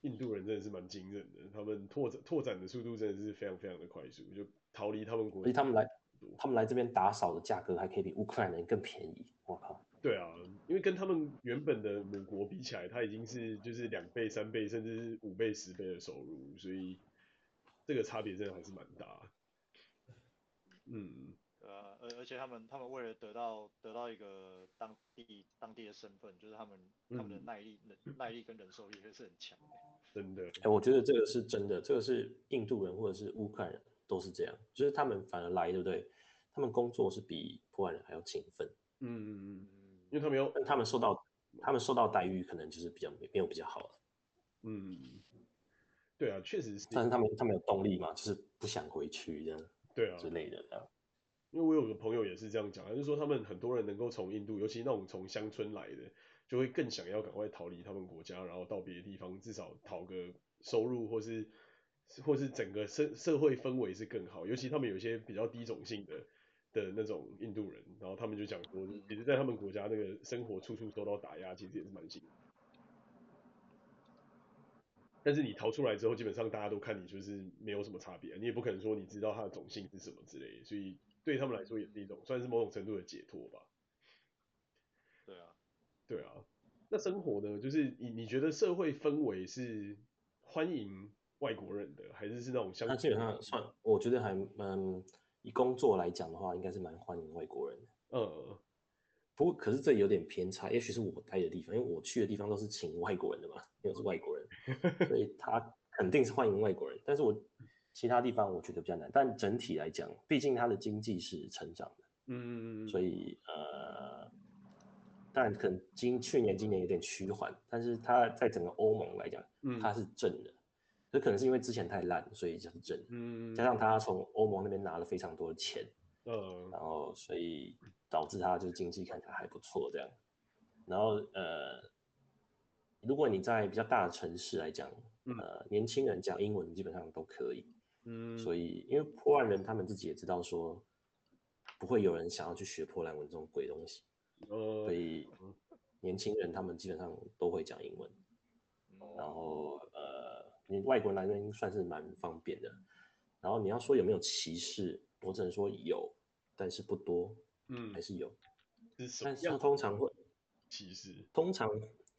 印度人真的是蛮惊人的，他们拓展的速度真的是非常非常的快速，就逃离他们国家。 而且他们来这边打扫的价格还可以比乌克兰人更便宜，我靠！ 对啊，因为跟他们原本的母国比起来，它已经是就是2倍、3倍，甚至是5倍、10倍的收入，所以这个差别真的还是蛮大。嗯， 而且他们为了得到一个当地的身份，就是他们的耐力跟忍受力还是很强的。 真的， 哎，我觉得这个是真的，这个是印度人或者是乌克兰人都是这样，就是他们反而来，对不对？他们工作是比波兰人还要勤奋， 因为他们要， 但他们受到待遇可能就是比较没有比较好， 嗯，对啊，确实是， 但是他们有动力嘛，就是不想回去这样对啊， 之类的这样。 因为我有个朋友也是这样讲，他就说他们很多人能够从印度，尤其那种从乡村来的，就会更想要赶快逃离他们国家，然后到别的地方，至少讨个收入或是整个社会氛围是更好。尤其他们有一些比较低种姓的那种印度人，然后他们就讲说，其实在他们国家那个生活处处受到打压，其实也是蛮辛苦。但是你逃出来之后，基本上大家都看你就是没有什么差别，你也不可能说你知道他的种姓是什么之类的，所以对他们来说也是一种算是某种程度的解脱吧。 对啊， 对啊，那生活呢？就是你觉得社会氛围是欢迎外国人的，还是那种相他基本上算，我觉得还以工作来讲的话，应该是蛮欢迎外国人的。 呃不过，可是这有点偏差，也许是我待的地方，因为我去的地方都是请外国人的嘛，因为我是外国人，所以他肯定是欢迎外国人。但是我其他地方我觉得比较难，但整体来讲，毕竟它的经济是成长的，所以当然可能去年今年有点趋缓，但是它在整个欧盟来讲，它是正的，这可能是因为之前太烂，所以就是正的，加上他从欧盟那边拿了非常多的钱，然后所以导致他就是经济看起来还不错这样。然后如果你在比较大的城市来讲，年轻人讲英文基本上都可以。所以因为波兰人他们自己也知道说，不会有人想要去学波兰文这种鬼东西，所以年轻人他们基本上都会讲英文。然后你外国人来这边算是蛮方便的。然后你要说有没有歧视，我只能说有，但是不多，还是有。但是他通常会歧视， 通常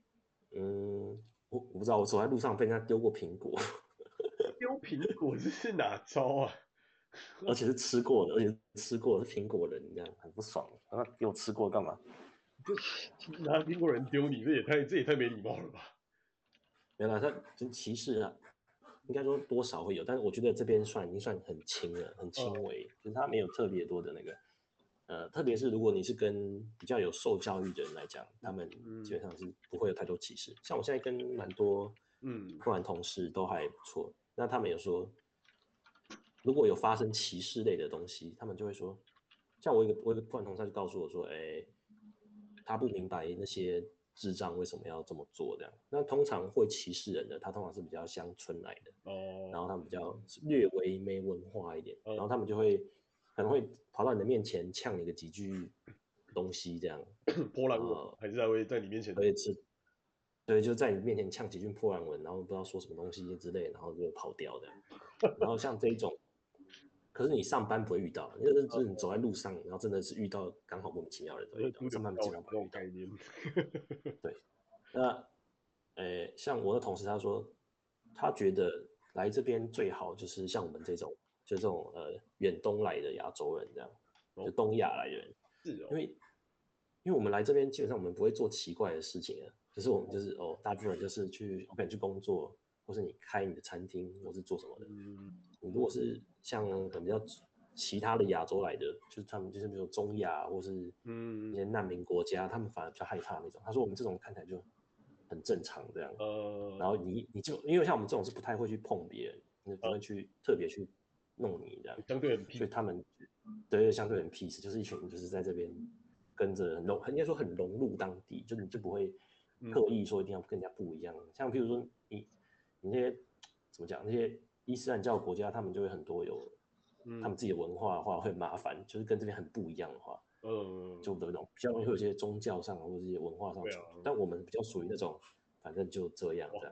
我不知道，我走在路上被人家丢过苹果， 丢苹果这是哪招啊？ 而且是吃过的，而且吃过的是苹果人，这样很不爽。然后给我吃过干嘛？ 就拿苹果人丢你，这也太没礼貌了吧？ 没有啦，他真歧视啊，应该说多少会有，但是我觉得这边已经算很轻了，很轻微，就是他没有特别多的那个，特别是如果你是跟比较有受教育的人来讲，他们基本上是不会有太多歧视。像我现在跟蛮多波兰同事都还不错，那他们有说，如果有发生歧视类的东西，他们就会说，像我一个波兰同事就告诉我说，哎，他不明白那些智障为什么要这么做这样。那通常会歧视人的，他通常是比较乡村来的，然后他们比较略微没文化一点，然后他们就会可能会跑到你的面前呛你个几句东西这样， 波兰文还是还会在你面前， 对，就在你面前呛几句波兰文，然后不知道说什么东西之类，然后就跑掉的。然后像这一种，可是你上班不会遇到，就是你走在路上，然后真的是遇到刚好莫名其妙的人都遇到，上班基本上不会遇到。 概念。 对，那像我的同事他说，他觉得来这边最好就是像我们这种，就这种远东来的亚洲人这样，就东亚来的人， 是哦， 因为我们来这边基本上我们不会做奇怪的事情啊，就是我们就是大部分人就是去工作，或是你开你的餐厅，或是做什么的。你如果是像可能比较其他的亚洲来的，就是他们就是比如中亚或是一些难民国家，他们反而比较害怕那种。他说我们这种看起来就很正常这样，然后你就因为像我们这种是不太会去碰别人，你不会去特别去弄你这样， 相对很屁， 所以他们对相对很 peace，就是一群人就是在这边跟着应该说很融入当地，就你就不会刻意说一定要跟人家不一样。像譬如说你那些怎么讲，那些伊斯兰教国家，他们就会很多有他们自己的文化的话会麻烦，就是跟这边很不一样的话，就那种比较容易会有一些宗教上或者一些文化上冲突。但我们比较属于那种反正就这样这样。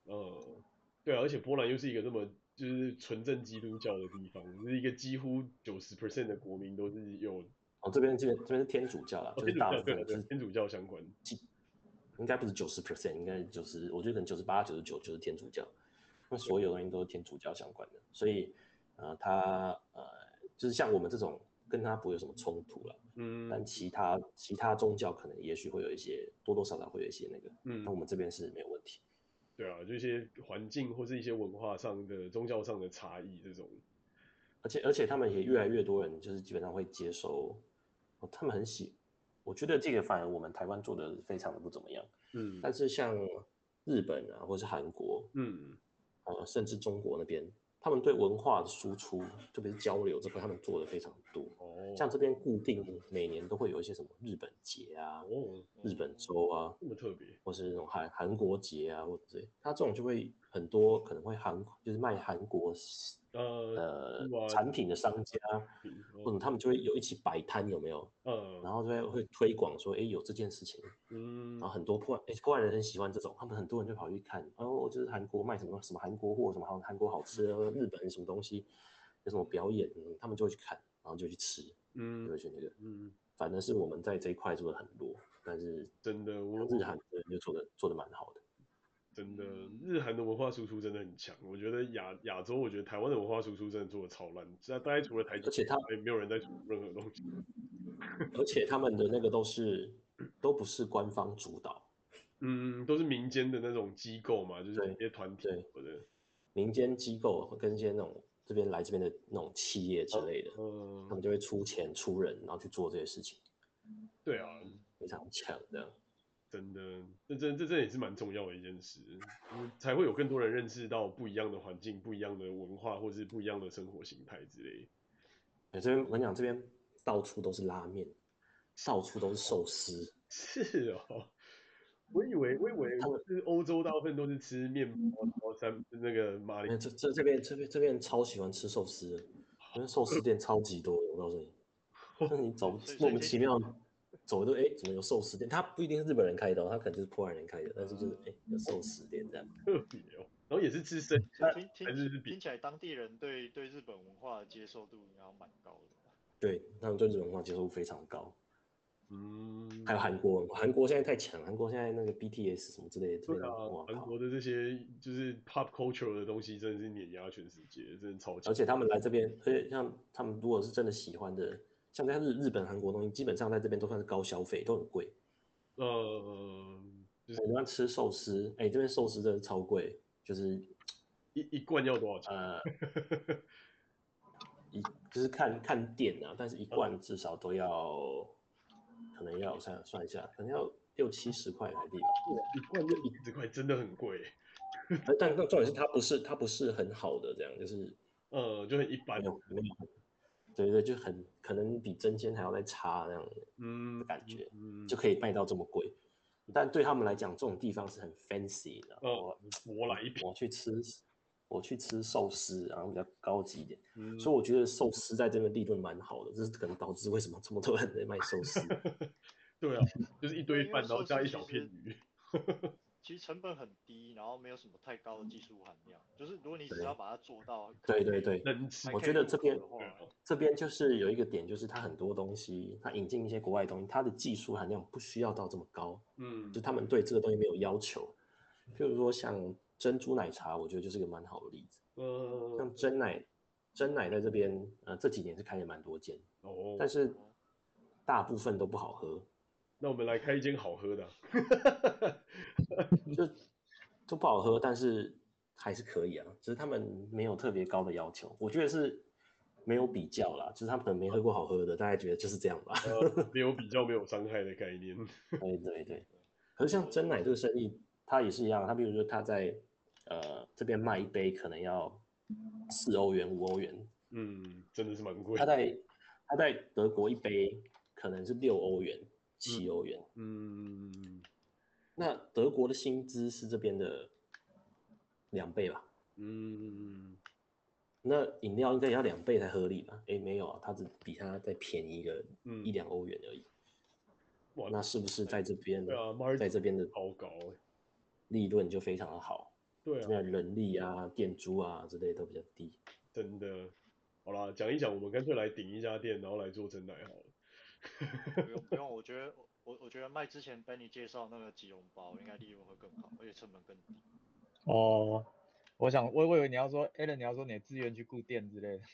对啊，而且波兰又是一个那么就是纯正基督教的地方，就是一个几乎90%的国民都是有哦，这边是天主教啦，就是天主教，对啊，对啊， 大部分就是天主教相关。 应该不是90%，应该我觉得可能98、99就是天主教，那所有东西都是天主教相关的，所以他就是像我们这种跟他不会有什么冲突了，但其他宗教可能也许会有一些多多少少会有一些那个，那我们这边是没有问题。 对啊，就一些环境或是一些文化上的、宗教上的差异这种。 而且他们也越来越多人就是基本上会接收，他们我觉得这个反而我们台湾做的非常的不怎么样，但是像日本啊或是韩国，甚至中国那边，他们对文化的输出，特别是交流这块，他们做的非常多。像这边固定每年都会有一些什么日本节啊、日本周啊， 这么特别， 或是那种韩国节啊，或者之类，他这种就会很多可能会就是卖韩国产品的商家，或者他们就会有一起摆摊，有没有？然后就会推广说，哎，有这件事情，然后很多波兰人很喜欢这种，他们很多人就跑去看，哦，就是韩国卖什么什么韩国货，什么韩国好吃的，日本什么东西，有什么表演，他们就会去看，然后就去吃，就会去那个，反正是我们在这一块做的很弱，但是真的， 日韩的人就做的蛮好的。 真的，日韩的文化输出真的很强。我觉得亚洲，我觉得台湾的文化输出真的做的超烂。大概除了台积， 而且没有人在出任何东西。 而且他们的那个都不是官方主导， 都是民间的那种机构嘛，就是一些团体对， 的。 民间机构跟一些那种这边的那种企业之类的，他们就会出钱出人，然后去做这些事情。 对啊， 非常强的。 真的，这也是蛮重要的一件事，才会有更多人认识到不一样的环境、不一样的文化，或是不一样的生活形态之类。 这边我跟你讲，这边到处都是拉面，到处都是寿司。 是哦，我以为是欧洲大部分都是吃面包，然后那个马铃。 这边超喜欢吃寿司的，因为寿司店超级多的，我告诉你，那你走莫名其妙走的怎么有寿司店？它不一定是日本人开的，他可能就是波兰人开的，但是就是有寿司店这样。 特别哦，然后也是吃生还是听起来当地人对日本文化的接受度应该蛮高的。 对，他们对日本文化接受度非常高。还有韩国，韩国现在太强，韩国现在那个 BTS 什么之类的， 对啊，韩国的这些就是 pop culture 的东西真的是碾压全世界，真的超强。 而且他们来这边，而且像他们如果是真的喜欢的，像在日本、韩国东西，基本上在这边都算是高消费，都很贵。 就是你要吃寿司，这边寿司真的超贵，就是一罐要多少钱？ 就是看店啊，但是一罐至少都要，可能要算一下，可能要60-70块台币吧。 一罐就70块，真的很贵。 但重点是它不是很好的，这样就是就很一般。 没有，对，就很可能比真鲜还要再差那样的感觉，就可以卖到这么贵。但对他们来讲，这种地方是很 fancy 的。我去吃寿司，然后比较高级一点，所以我觉得寿司在这边利润蛮好的，这是可能导致为什么这么多人在卖寿司。 对啊，就是一堆饭，然后加一小片鱼。 其实成本很低，然后没有什么太高的技术含量。就是如果你只要把它做到， 对，我觉得这边就是有一个点，就是它很多东西，它引进一些国外的东西，它的技术含量不需要到这么高，就他们对这个东西没有要求。譬如说像珍珠奶茶，我觉得就是一个蛮好的例子。像珍奶在这边，这几年是开了蛮多间，但是大部分都不好喝。 那我们来开一间好喝的。 就不好喝，但是还是可以啊，只是他们没有特别高的要求，我觉得是没有比较啦，就是他们可能没喝过好喝的，大概觉得就是这样吧。 没有比较，没有伤害的概念。 对。可是像珍奶这个生意，它也是一样，它比如说它在这边卖一杯可能要4欧元、5欧元， 真的是蛮贵。 它在德国一杯可能是6欧元、7欧元。那德国的薪资是这边的2倍吧？那饮料应该也要2倍才合理吧？没有啊，它只比它再便宜个1-2欧元而已。那是不是在这边，在这边的超高利润就非常的好？ 对啊， 这边的人力啊、店租啊之类都比较低。 真的。好啦，讲一讲，我们干脆来顶一家店，然后来做真奶好了。 不用，我觉得卖之前 Benny 介绍那个即溶包，应该利润会更好，而且成本更低。 哦，我以为你要说 Alan，你要说你的资源去顾店之类的。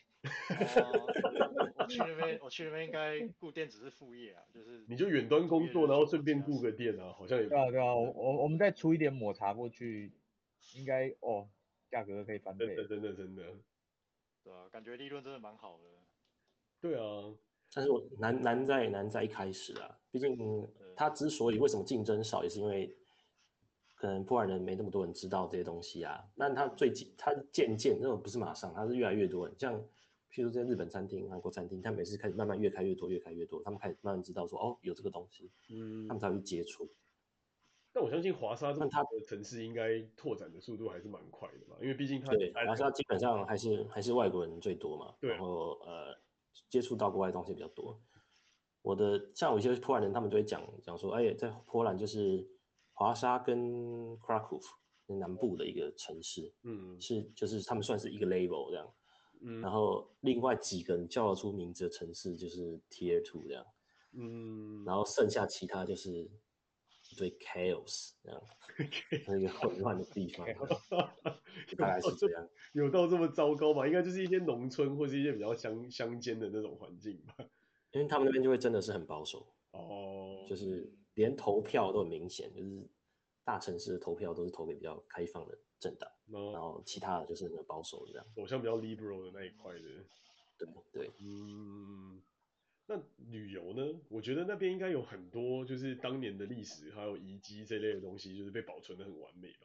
我去那边应该顾店只是副业啊，就是你就远端工作， 主业就是然后顺做其他事。 便顾个店啊，好像也不对啊，对啊，我们再出一点抹茶过去，应该价格可以翻倍。 真的。 对啊，感觉利润真的蛮好的。 对啊， 但是我难在一开始啊，毕竟它之所以为什么竞争少，也是因为可能波兰人没那么多人知道这些东西啊。但它渐渐那种不是马上，它是越来越多人，像譬如这些日本餐厅、韩国餐厅，他们也是开始慢慢越开越多，越开越多，他们开始慢慢知道说有这个东西，他们才会去接触。 但我相信华沙这么但它大的城市应该拓展的速度还是蛮快的嘛，因为毕竟它对华沙基本上还是外国人最多嘛， 对然后接触到国外的东西比较多。像有一些波兰人，他们就会讲说，哎，在波兰就是华沙跟 Kraków 南部的一个城市，就是他们算是一个 level 这样，然后另外几个叫得出名字的城市就是 Tier 2这样，然后剩下其他就是一堆 chaos 这样，是一个混乱的地方，大概是这样。 有到这么糟糕吗？应该就是一些农村或是一些比较乡间的那种环境吧。 因为他们那边就会真的是很保守， 哦， 就是连投票都很明显，就是大城市的投票都是投给比较开放的政党，然后其他的就是很保守这样。 走向比较 liberal 的那一块的。 对， 那旅游呢？我觉得那边应该有很多就是当年的历史还有遗迹这类的东西，就是被保存的很完美吧？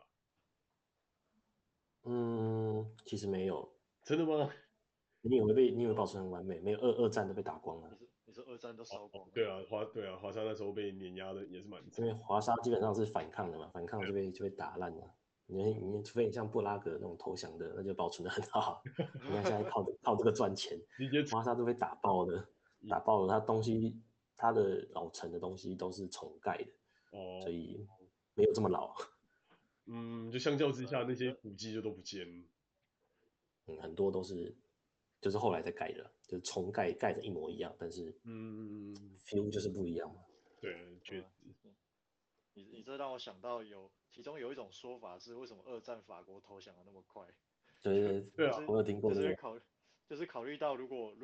其实没有， 真的吗？ 你以为保存很完美？没有，二战都被打光了， 你说二战都烧光了。 对啊，华沙那时候被碾压的也是蛮惨。 因为华沙基本上是反抗的嘛，反抗就被打烂了。除非你像布拉格那种投降的，那就保存的很好。你看现在靠这个赚钱，华沙都被打爆了，它东西它的老城的东西都是重盖的，所以没有这么老。 就相较之下，那些古迹就都不见了。 很多都是就是后来再盖的，就是重盖的一模一样，但是feel 就是不一样嘛。 对，确实。 你这让我想到其中有一种说法是，为什么二战法国投降的那么快？ 对啊，我有听过这个。 就是考虑到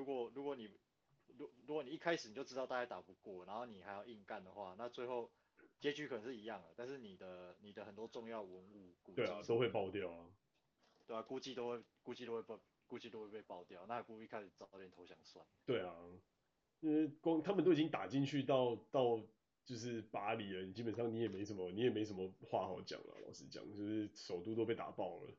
如果你一开始你就知道大家打不过，然后你还要硬干的话，那最后结局可能是一样的，但是你的很多重要文物古迹都会爆掉啊。 对啊，估计都会被爆掉，那不如一开始早点投降算了。 对啊，因为光他们都已经打进去到就是巴黎了，基本上你也没什么话好讲了。老实讲，就是首都都被打爆了。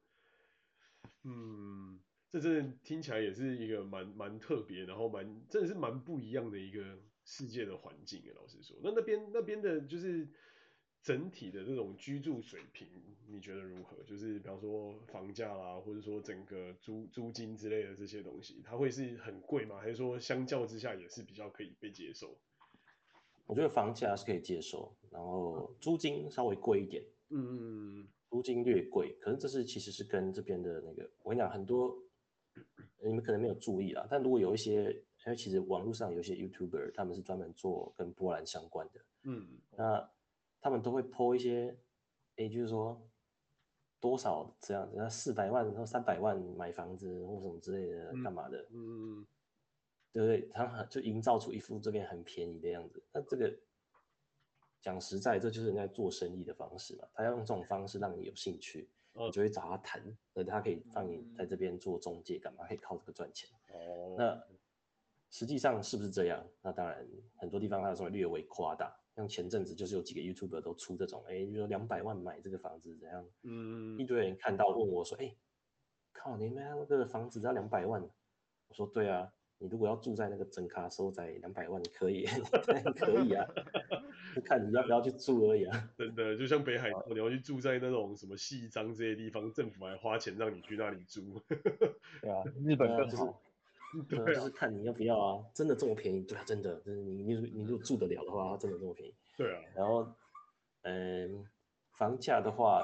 这真的听起来也是一个蛮特别，然后真的是蛮不一样的一个世界的环境老实说，那边的就是整体的这种居住水平，你觉得如何？就是比方说房价啦，或者说整个租金之类的这些东西，它会是很贵吗？还是说相较之下也是比较可以被接受？ 我觉得房价是可以接受，然后租金稍微贵一点，租金略贵，可是其实是跟这边的那个，我跟你讲，很多你们可能没有注意啦，但如果有一些，因为其实网络上有一些 YouTuber，他们是专门做跟波兰相关的，那他们都会 po 一些，就是说多少这样子，那400万或300万买房子或什么之类的，干嘛的，对不对？他就营造出一副这边很便宜的样子，那这个讲实在，这就是人家做生意的方式嘛。他要用这种方式让你有兴趣，你就会找他谈，他可以让你在这边做中介，干嘛可以靠这个赚钱。那实际上是不是这样？那当然，很多地方他说略微夸大。像前阵子就是有几个 YouTuber 都出这种，比如说200万买这个房子怎样？一堆人看到问我说，靠，你们那个房子要200万？我说对啊。你如果要住在那个整卡收在200万，可以，可以啊，就看你要不要去住而已啊。 真的，就像北海道，你要去住在那种什么细章这些地方，政府还花钱让你去那里住。 对啊，日本更好。 对啊，就是看你要不要啊，真的这么便宜？对啊，真的，就是你如果住得了的话，它真的这么便宜。 对啊。 然后，房价的话，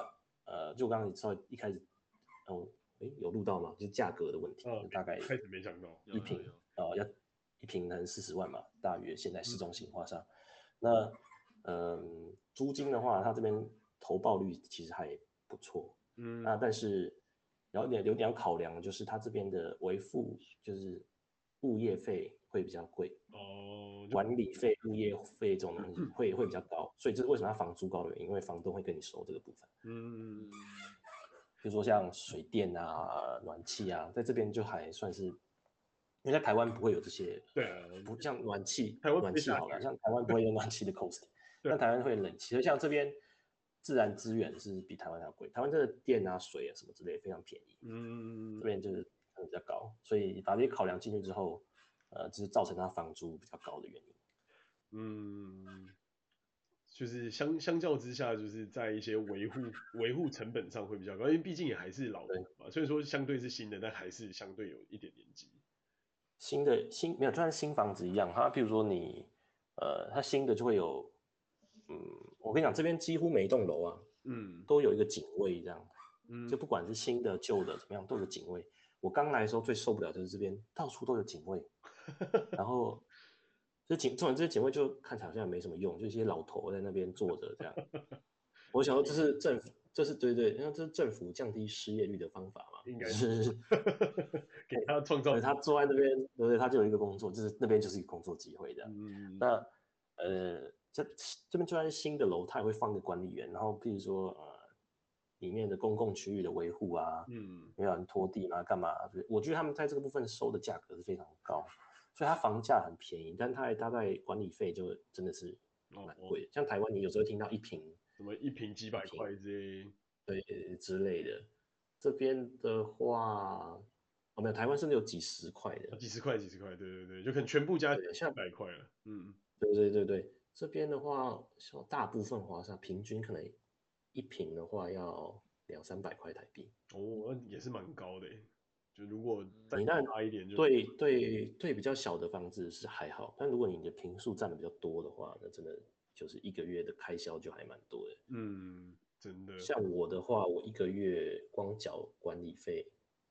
就我刚刚稍微一开始，有录到吗？就是价格的问题，就大概开始没想到一瓶要一瓶能40万嘛，大约现在市中心化上。那租金的话，它这边投报率其实还不错，那但是有点要考量，就是它这边的维护就是物业费会比较贵管理费、物业费这种东西会比较高，所以这是为什么它房租高的原因，因为房东会跟你收这个部分。比如说像水电啊、暖气啊，在这边就还算是，因为在台湾不会有这些，不像暖气好了，像台湾不会有暖气的 cost， 但台湾会冷气，所以像这边自然资源是比台湾还要贵，台湾这个电啊、水啊什么之类非常便宜，这边就是可能比较高，所以把这些考量进去之后，就是造成它房租比较高的原因。 就是相较之下，就是在一些维护成本上会比较高，因为毕竟也还是老的嘛，虽然说相对是新的，但还是相对有一点年纪。 没有，就像新房子一样，它譬如说你它新的就会有，我跟你讲，这边几乎每一栋楼啊，都有一个警卫这样，就不管是新的旧的怎么样，都有警卫。我刚来的时候最受不了就是这边到处都有警卫，然后重点这些警卫就看起来好像没什么用，就一些老头在那边坐着这样。我想说这是政府，这是对，因为这是政府降低失业率的方法嘛， 应该是给他创造。 他坐在那边，对不对？他就有一个工作，就是那边就是一个工作机会的。那这边就算是新的楼，他也会放个管理员，然后譬如说里面的公共区域的维护啊，没有人拖地嘛，干嘛？我觉得他们在这个部分收的价格是非常高，所以它房价很便宜，但它大概管理费就真的是蛮贵的。像台湾，你有时候听到一瓶什么一瓶几百块对之类的，这边的话。没有，台湾甚至有几十块的， 几十块，对，就可能全部加像100块了， 对，这边的话，像大部分华沙平均可能一瓶的话要200-300块台币。 那也是蛮高的，就如果再你那大一点就对比较小的房子是还好，但如果你的坪数占的比较多的话，那真的就是一个月的开销就还蛮多的。 真的。 像我的话，我一个月光缴管理费，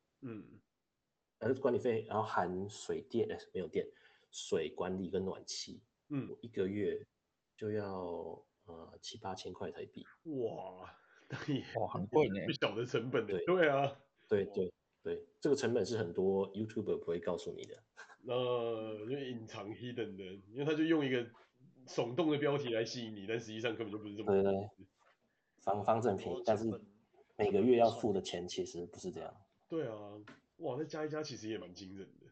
管理费，然后含水电，没有电，水管理跟暖气，我一个月就要7-8千块台币。 哇，那也很贵呢， 不小的成本。 对啊， 对，这个成本是很多 YouTuber 不会告诉你的。 就隐藏 hidden 的，因为他就用一个耸动的标题来吸引你，但实际上根本就不是这么。 对，房子很便宜，但是每个月要付的钱其实不是这样。 对啊，哇，那加一加其实也蛮惊人的。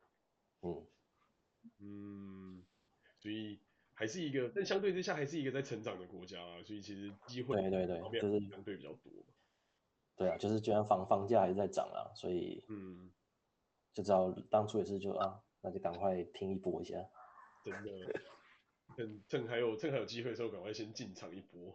所以还是一个，但相对之下还是一个在成长的国家啊，所以其实机会对，就是相对比较多。 对啊，就是居然房价还是在涨啊，所以就知道当初也是那就赶快拼一波一下。 真的，趁还有机会的时候，赶快先进场一波。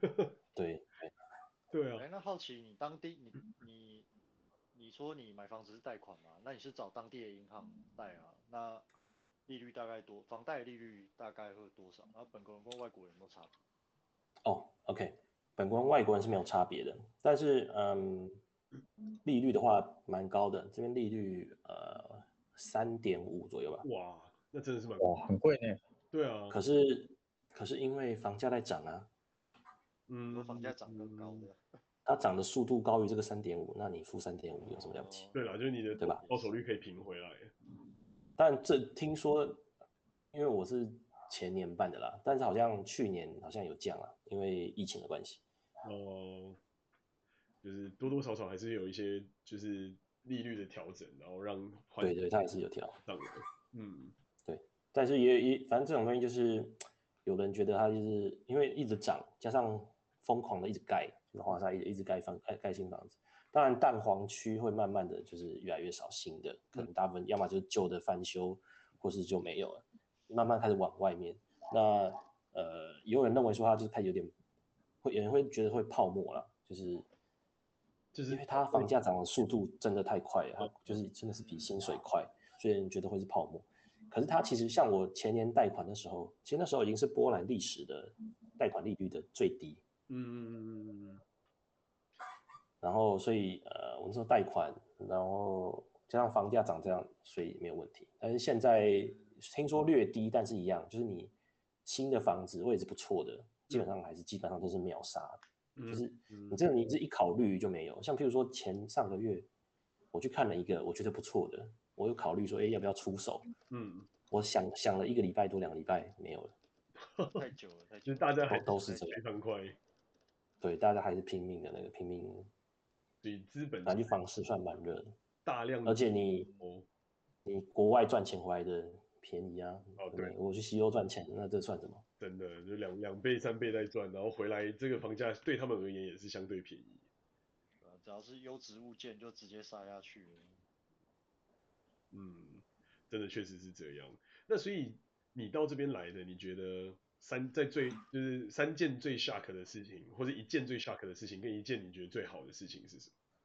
对啊。 那好奇你当地你说你买房子是贷款嘛？那你是找当地的银行贷啊？那利率大概房贷利率大概会多少？然后本国人跟外国人有没有差别 ？OK， 本国人外国人是没有差别的，但是利率的话蛮高的，这边利率3.5左右吧。 哇，那真的是蛮很贵呢。 对啊。 可是因为房价在涨啊， 房价涨更高的。 它涨的速度高于这个3.5，那你付3.5有什么了不起？ 对啦，就是你的对吧？ 报酬率可以平回来。 但这听说，因为我是前年办的啦，但是好像去年好像有降了，因为疫情的关系。 就是多多少少还是有一些就是利率的调整，然后让对，它还是有调上来。 对，但是也反正这种东西就是有人觉得它就是因为一直涨，加上疯狂的一直盖，就是华沙一直盖新房子。当然蛋黄区会慢慢的就是越来越少新的，可能大部分要么就是旧的翻修，或是就没有了，慢慢开始往外面。那有人认为说它就是开始有人会觉得会泡沫了，就是因为它房价涨的速度真的太快了，它就是真的是比薪水快，所以人觉得会是泡沫。可是它其实像我前年贷款的时候，其实那时候已经是波兰历史的贷款利率的最低。 然后所以我那时候贷款，然后加上房价涨这样，所以没有问题。但是现在听说略低，但是一样，就是你新的房子位置不错的，基本上都是秒杀，就是你这一考虑就没有。像譬如说上个月我去看了一个我觉得不错的，我有考虑说，要不要出手？我想了1个礼拜多2个礼拜没有了， 太久了， 就是大家还都是这样， 非常快， 对，大家还是拼命的拼命， 所以资本反正房市算蛮热的， 大量的， 而且你国外赚钱回来的便宜啊，对，我去西欧赚钱，那这算什么？ 真的就2倍3倍在赚，然后回来这个房价对他们而言也是相对便宜。 只要是优质物件就直接杀下去了。 真的确实是这样。那所以你到这边来的，你觉得就是3件最 shock 的事情，或者1件最 shock 的事情，跟1件你觉得最好的事情是什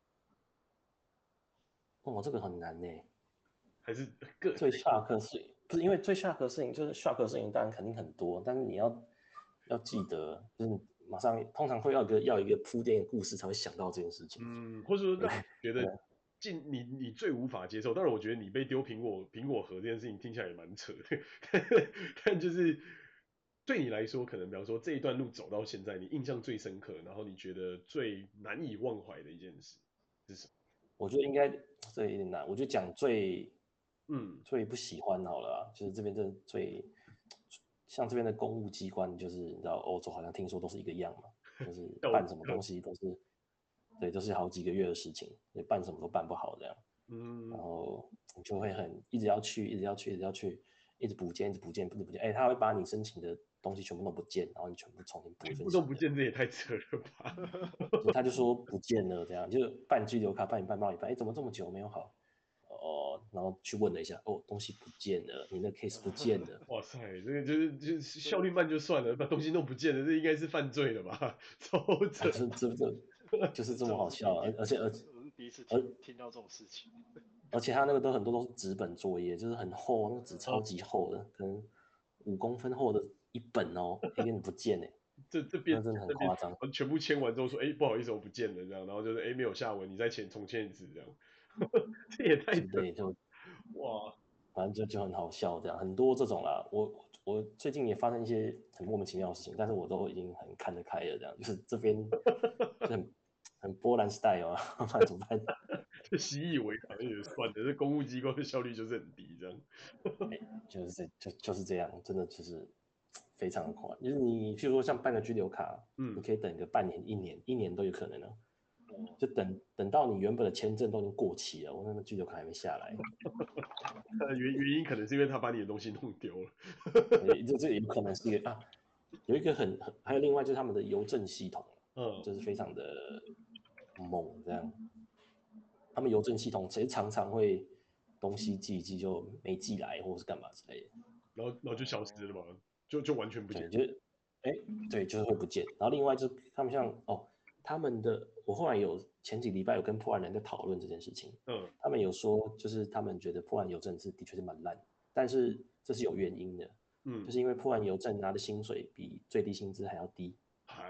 么？ 这个很难呢。 还是最 shock 的事情，不是因为最 shock 的事情，就是 shock 的事情当然肯定很多，但是你要记得，就是马上通常会要一个铺垫故事才会想到这件事情。 或者说让你觉得你最无法接受，当然我觉得你被丢苹果核这件事情听起来也蛮扯的，但就是对你来说，可能比方说这一段路走到现在，你印象最深刻，然后你觉得最难以忘怀的一件事是什么？ 我觉得应该这有点难，我就讲最不喜欢好了啊，就是这边真的像这边的公务机关，就是你知道欧洲好像听说都是一个样嘛，就是办什么东西都是都是好几个月的事情，所以办什么都办不好这样。然后你就会一直要去，一直补件，他会把你申请的东西全部都不见，然后你全部重新补一份新的。 全部都不见，这也太扯了吧？ 他就说不见了，这样就是办居留卡办一办到一半，怎么这么久没有好？然后去问了一下，东西不见了，你那 case 不见了。 哇塞，这个就是效率慢就算了，把东西弄不见了，这应该是犯罪了吧？超扯！ 就是这么好笑，而且第一次听到这种事情。 而且他那个很多都是纸本作业，就是很厚，那个纸超级厚的，可能5公分厚的一本哦，给你不见哎， 这边真的很夸张。 全部签完之后说，不好意思，我不见了这样，然后就是没有下文，你再重签一次这样，这也太对，就哇， 反正就很好笑这样，很多这种啦。我最近也发生一些很莫名其妙的事情，但是我都已经很看得开了这样，就是这边就很波兰 style 啊，怎么办？ 就习以为常也算了，这公务机关的效率就是很低这样。 就是这样，真的就是非常的快。就是你譬如说像办个居留卡，你可以等个半年、1年都有可能啊。就等到你原本的签证都已经过期了，我那个居留卡还没下来。 原因可能是因为他把你的东西弄丢了。 这有可能是一个有一个还有另外就是他们的邮政系统，就是非常的猛这样。他们邮政系统其实常常会东西寄一寄就没寄来，或者是干嘛之类的， 然后就消失了嘛，就完全不见。 对，就是会不见。然后另外就他们像我后来前几礼拜有跟波兰人在讨论这件事情，他们有说就是他们觉得波兰邮政的确是蛮烂，但是这是有原因的，就是因为波兰邮政拿的薪水比最低薪资还要低，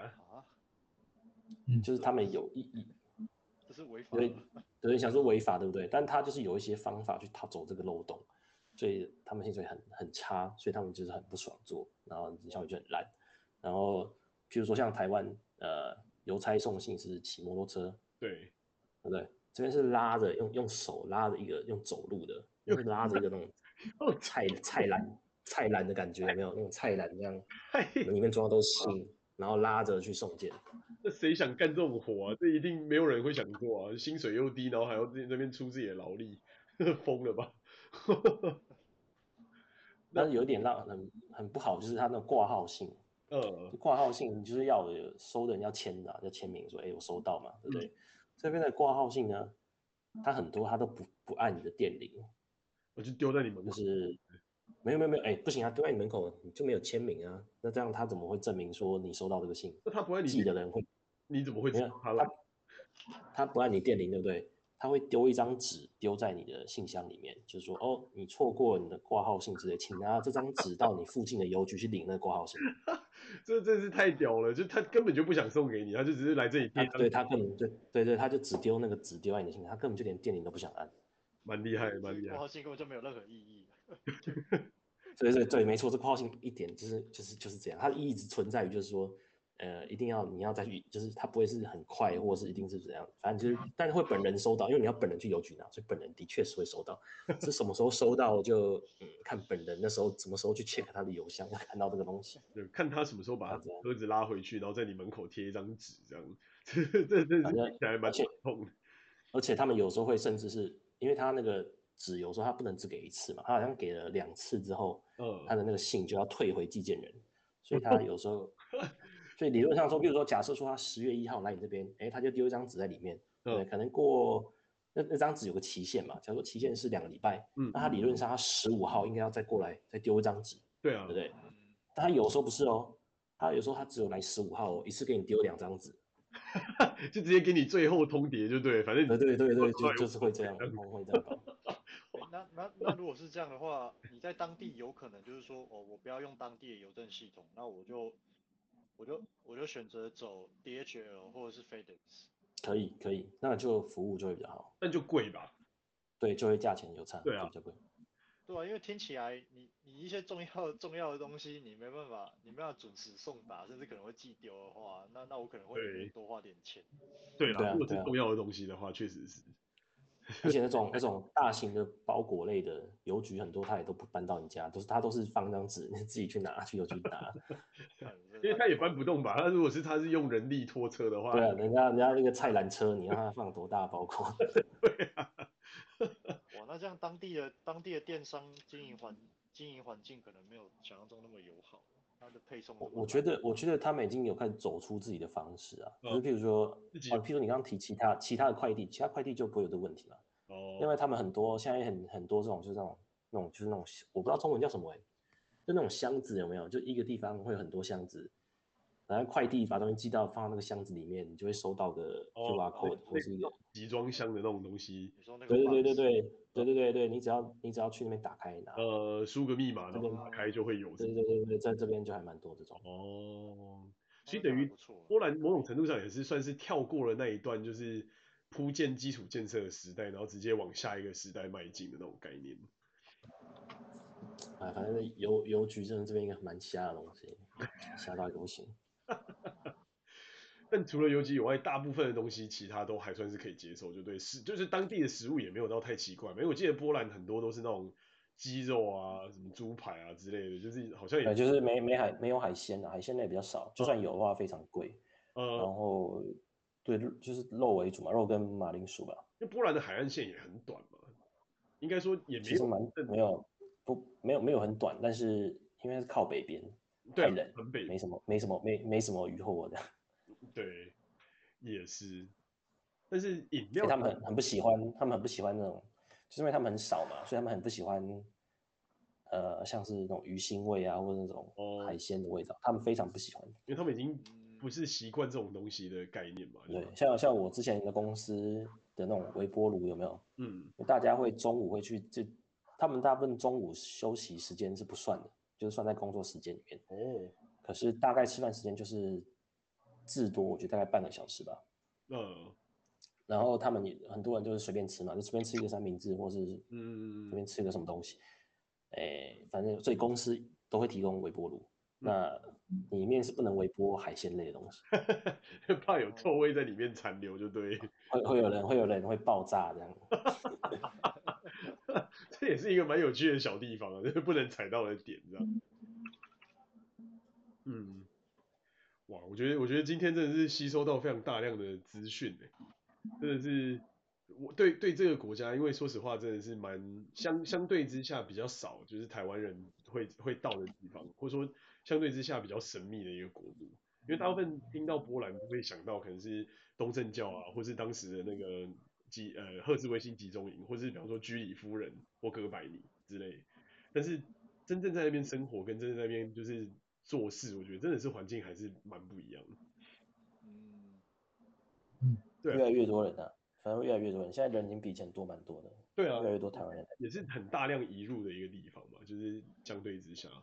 就是他们这是违法的。 对，想说违法对不对？但他就是有一些方法去走这个漏洞，所以他们薪水很差，所以他们就是很不爽做，然后效率就很烂。然后譬如说像台湾邮差送信是骑摩托车，对不对？这边是拉着用手拉着一个用走路的，就是拉着一个那种菜篮的感觉，有没有那种菜篮这样，里面装的都是信，然后拉着去送件。 那谁想干这种活啊？这一定没有人会想做啊！薪水又低，然后还要那边出自己的劳力，疯了吧？ 但是有一点很不好，就是他那个挂号信，挂号信就是要收的人要签的，要签名说，我收到嘛，对不对？这边的挂号信呢，他很多他都不按你的电铃， 我就丢在你门口， 就是没有，不行啊，丢在你门口你就没有签名啊，那这样他怎么会证明说你收到这个信？ 那他不按你寄的人会， 你怎么会知道他不按你电铃，对不对？他会丢一张纸丢在你的信箱里面，就是说，你错过你的挂号信之类，请拿这张纸到你附近的邮局去领那个挂号信。 这真是太屌了，就他根本就不想送给你，他就只是来这里贴一张对他根本就对，他就只丢那个纸丢在你的信上，他根本就连电铃都不想按。 蛮厉害， 这蛮厉害。 个挂号信根本就没有任何意义。 对，没错，这括号性一点就是这样，它的意义只存在于就是说，一定要你要再去，就是它不会是很快，或者是一定是怎样，反正就是，但是会本人收到，因为你要本人去邮局拿，所以本人的确是会收到，是什么时候收到就看本人那时候什么时候去 check 他的邮箱，看到这个东西， 对，看他什么时候把这样， 车子拉回去，然后在你门口贴一张纸，这样，这真是反正听起来蛮痛的。 而且他们有时候会甚至是因为他那个纸有时候他不能只给一次嘛，他好像给了2次之后，他的那个信就要退回寄件人，所以他有时候，所以理论上说，比如说假设说他10月1号来你这边，他就丢一张纸在里面，对，可能过那张纸有个期限嘛，假如说期限是2个礼拜，那他理论上他15号应该要再过来再丢一张纸， 对啊， 对不对？但他有时候不是哦，他有时候他只有来15号一次给你丢2张纸。 就直接给你最后通牒就对，反正对，就是会这样，会这样搞。 那如果是这样的话，你在当地有可能就是说，哦，我不要用当地的邮政系统，那我就选择走 DHL 或者是 FedEx。 可以，那就服务就会比较好。 但就贵吧？ 对，就会价钱有差， 对啊， 就比较贵。 对啊，因为听起来你一些重要的东西你没办法准时送达，甚至可能会寄丢的话，那我可能会宁愿多花点钱。 对啦，如果是对啊， 重要的东西的话，确实是。 而且那种大型的包裹类的邮局很多，他也都不搬到你家，都是放张纸，你自己去拿，去邮局拿。 因为他也搬不动吧？他如果他是用人力拖车的话， 对啊，人家那个菜篮车，你让他放多大包裹？ 对啊。 哇，那这样当地的电商经营环境可能没有想象中那么友好，它的配送那么我烂。 觉得他们已经有开始走出自己的方式啊，就是譬如说， 自己有譬如说你刚刚提其他的快递，其他快递就不会有这个问题嘛。因为他们很多现在很多这种就是那种我不知道中文叫什么就那种箱子有没有？就一个地方会有很多箱子，然后快递把东西寄到放到那个箱子里面，你就会收到个 QR code 或是一个集装箱的那种东西， 你说那个对，你只要去那边打开拿， 输个密码，然后打开就会有。 对，在这边就还蛮多这种。 所以等于不错。 波兰某种程度上也是算是跳过了那一段就是铺建基础建设的时代，然后直接往下一个时代迈进的那种概念。 反正邮局真的这边应该蛮瞎的东西，瞎到一个不行。 但除了邮局以外，大部分的东西其他都还算是可以接受，就对，就是当地的食物也没有到太奇怪，因为我记得波兰很多都是那种鸡肉啊、什么猪排啊之类的，就是好像也就是没有海鲜的，海鲜类比较少，就算有的话非常贵。然后对，就是肉为主嘛，肉跟马铃薯吧。 因为波兰的海岸线也很短嘛，应该说也没其实有没有很短，但是因为是靠北边， 对啊， 太冷， 很北， 没什么渔获的。 对，也是。但是饮料所以他们很不喜欢，那种，就是因为他们很少嘛，所以他们很不喜欢，像是那种鱼腥味啊，或者那种海鲜的味道，他们非常不喜欢。 因为他们已经不是习惯这种东西的概念嘛。 对，像我之前的公司的那种微波炉有没有？大家会中午会去，他们大部分中午休息时间是不算的，就是算在工作时间里面。可是大概吃饭时间就是至多我觉得大概半个小时吧。然后他们也很多人就是随便吃嘛，就随便吃一个三明治，或是随便吃一个什么东西，反正所以公司都会提供微波炉，那里面是不能微波海鲜类的东西， 怕有臭味在里面残留，就对。 会有人会爆炸这样。 这也是一个蛮有趣的小地方啊，就是不能踩到的点这样。哇，我觉得今天真的是吸收到非常大量的资讯真的是我对这个国家，因为说实话真的是相对之下比较少，就是台湾人会到的地方，或者说相对之下比较神秘的一个国度。因为大部分听到波兰都会想到可能是东正教啊，或是当时的那个赫兹维辛集中营，或是比方说居里夫人或哥白尼之类。但是真正在那边生活跟真正在那边就是做事，我觉得真的是环境还是蛮不一样的。对啊， 越来越多人啊，反正越来越多人，现在人已经比以前多蛮多的。 对啊， 越来越多台湾人也是很大量移入的一个地方嘛，就是相对之下，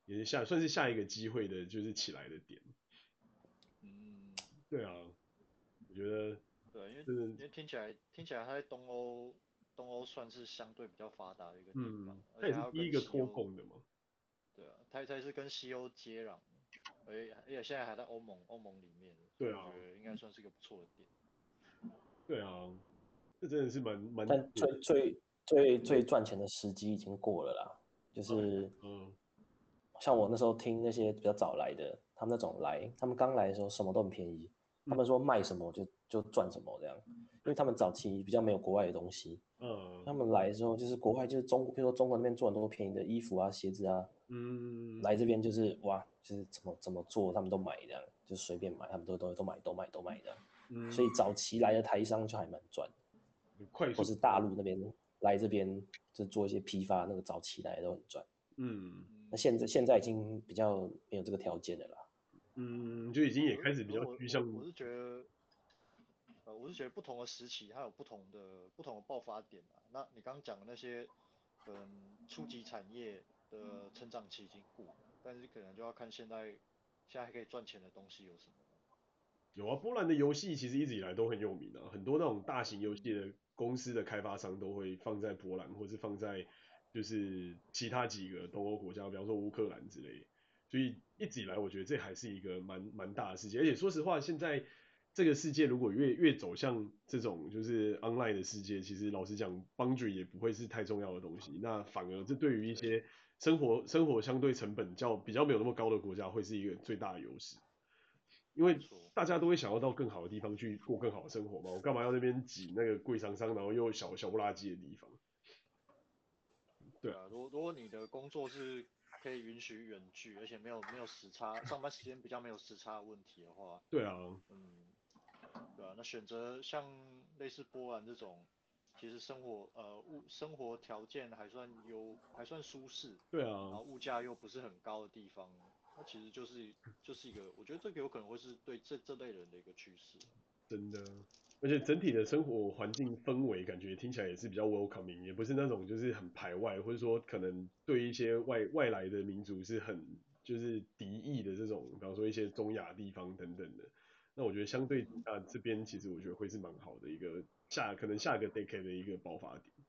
也是算是下一个机会的，就是起来的点。 嗯， 对啊，我觉得对，因为真的， 因为听起来它在东欧算是相对比较发达的一个地方，而他也是且它要跟第一个脱西欧， 共的嘛。 对啊，它是跟西欧接壤，而且现在还在欧盟里面，所以对啊， 我觉得应该算是一个不错的点。 对啊，这真的是蛮特但别的。 最赚钱的时机已经过了啦，就是嗯像我那时候听那些比较早来的，他们那种来，他们刚来的时候什么都很便宜，他们说卖什么就赚什么这样，因为他们早期比较没有国外的东西， 嗯他们来的时候就是国外就是比如说中国那边做很多便宜的衣服啊、鞋子啊， 嗯， 来这边就是哇，就是怎么做他们都买这样，就随便买，他们都买这样，所以早期来的台商就还蛮赚， 快速， 或是大陆那边来这边就做一些批发，那个早期来的都很赚。 嗯那嗯， 现在已经比较没有这个条件的啦。 就已经也开始比可是我较趋向， 我我是觉得，我是觉得不同的时期它有不同的爆发点啊。那你刚刚讲的那些，初级产业的成长期已经过了，但是可能就要看现在还可以赚钱的东西有什么。 有啊，波兰的游戏其实一直以来都很有名啊，很多那种大型游戏嗯的公司的开发商都会放在波兰，或是放在就是其他几个东欧国家，比方说乌克兰之类。所以一直以来，我觉得这还是一个蛮大的世界。而且说实话，现在这个世界如果越走向这种就是 online 的世界，其实老实讲，boundary 也不会是太重要的东西。那反而这对于一对， 些生活相对成本比较没有那么高的国家，会是一个最大的优势。因为没错。 大家都会想要到更好的地方去过更好的生活嘛，我干嘛要那边挤那个贵商商，然后又小不拉几的地方？对啊， 对啊，如果你的工作是可以允许远距，而且没有时差，上班时间比较没有时差的问题的话， 对啊， 嗯，对啊，那选择像类似波兰这种，其实生活条件还算舒适， 对啊， 然后物价又不是很高的地方，那其实就是一个，我觉得这个有可能会是对这类人的一个趋势。 真的。而且整体的生活环境氛围感觉听起来也是比较 welcoming，也不是那种就是很排外，或者说可能对一些外来的民族是很就是敌意的这种，比方说一些中亚地方等等的。那我觉得相对之嗯， 下，这边其实我觉得会是蛮好的一个可能下个 decade 的一个爆发点。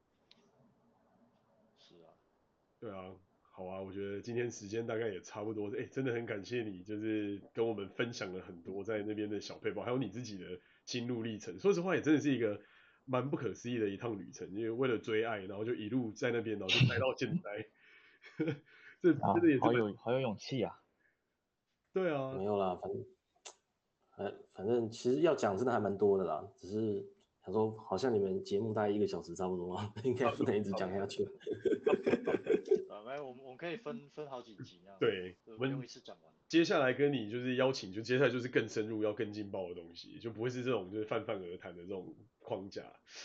是啊， 对啊，好啊，我觉得今天时间大概也差不多，哎，真的很感谢你，就是跟我们分享了很多在那边的小配包，还有你自己的心路历程。说实话，也真的是一个蛮不可思议的一趟旅程，因为为了追爱，然后就一路在那边，然后就待到现在，这真啊， 的也是好有勇气啊！ 对啊， 没有啦，反正其实要讲真的还蛮多的啦，只是想说好像你们节目大概1个小时差不多嘛，应该差不多， 不能一直讲下去。 没有，我们可以分好几集那样， 对， 就不用我们一次讲完。 接下来跟你就是邀请，就接下来就是更深入、要更劲爆的东西，就不会是这种就是泛泛而谈的这种框架。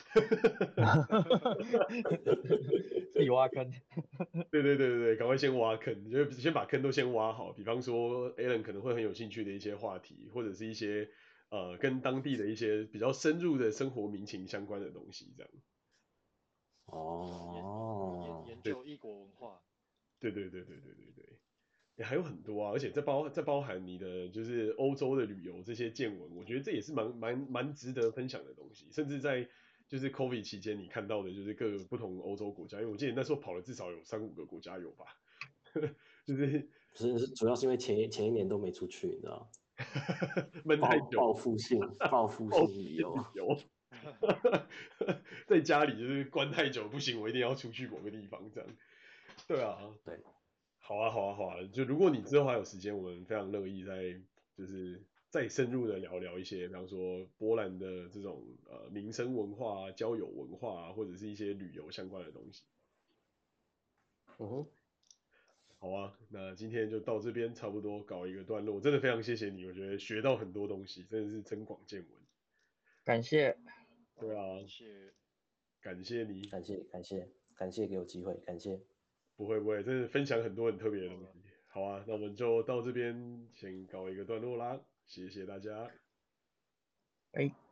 自己挖坑。 对，赶快先挖坑，就先把坑都先挖好。比方说，Alan 可能会很有兴趣的一些话题，或者是一些跟当地的一些比较深入的生活民情相关的东西，这样。 对啊， 哦， 研究异国文化。 对，也还有很多啊，而且再包含你的就是欧洲的旅游这些见闻，我觉得这也是蛮值得分享的东西。甚至在就是 COVID 期间，你看到的就是各个不同欧洲国家，因为我记得那时候跑了至少有3、5个国家有吧，就是是主要是因为前一年都没出去，你知道吗？ 闷太久， 报复暴性旅游。 旅游，在家里就是关太久不行，我一定要出去某个地方这样。对啊， 对， 好啊，就如果你之后还有时间，我们非常乐意就是再深入的聊一些，比方说波兰的这种民生文化啊、交友文化啊，或者是一些旅游相关的东西。 嗯哼， 好啊，那今天就到这边差不多搞一个段落，真的非常谢谢你，我觉得学到很多东西，真的是增广见闻。 感谢， 对啊， 谢谢。 感谢你， 感谢给我机会，感谢。 不会，真的分享很多很特别的好了， 东西。好啊，那我们就到这边先告一个段落啦，谢谢大家。 哎。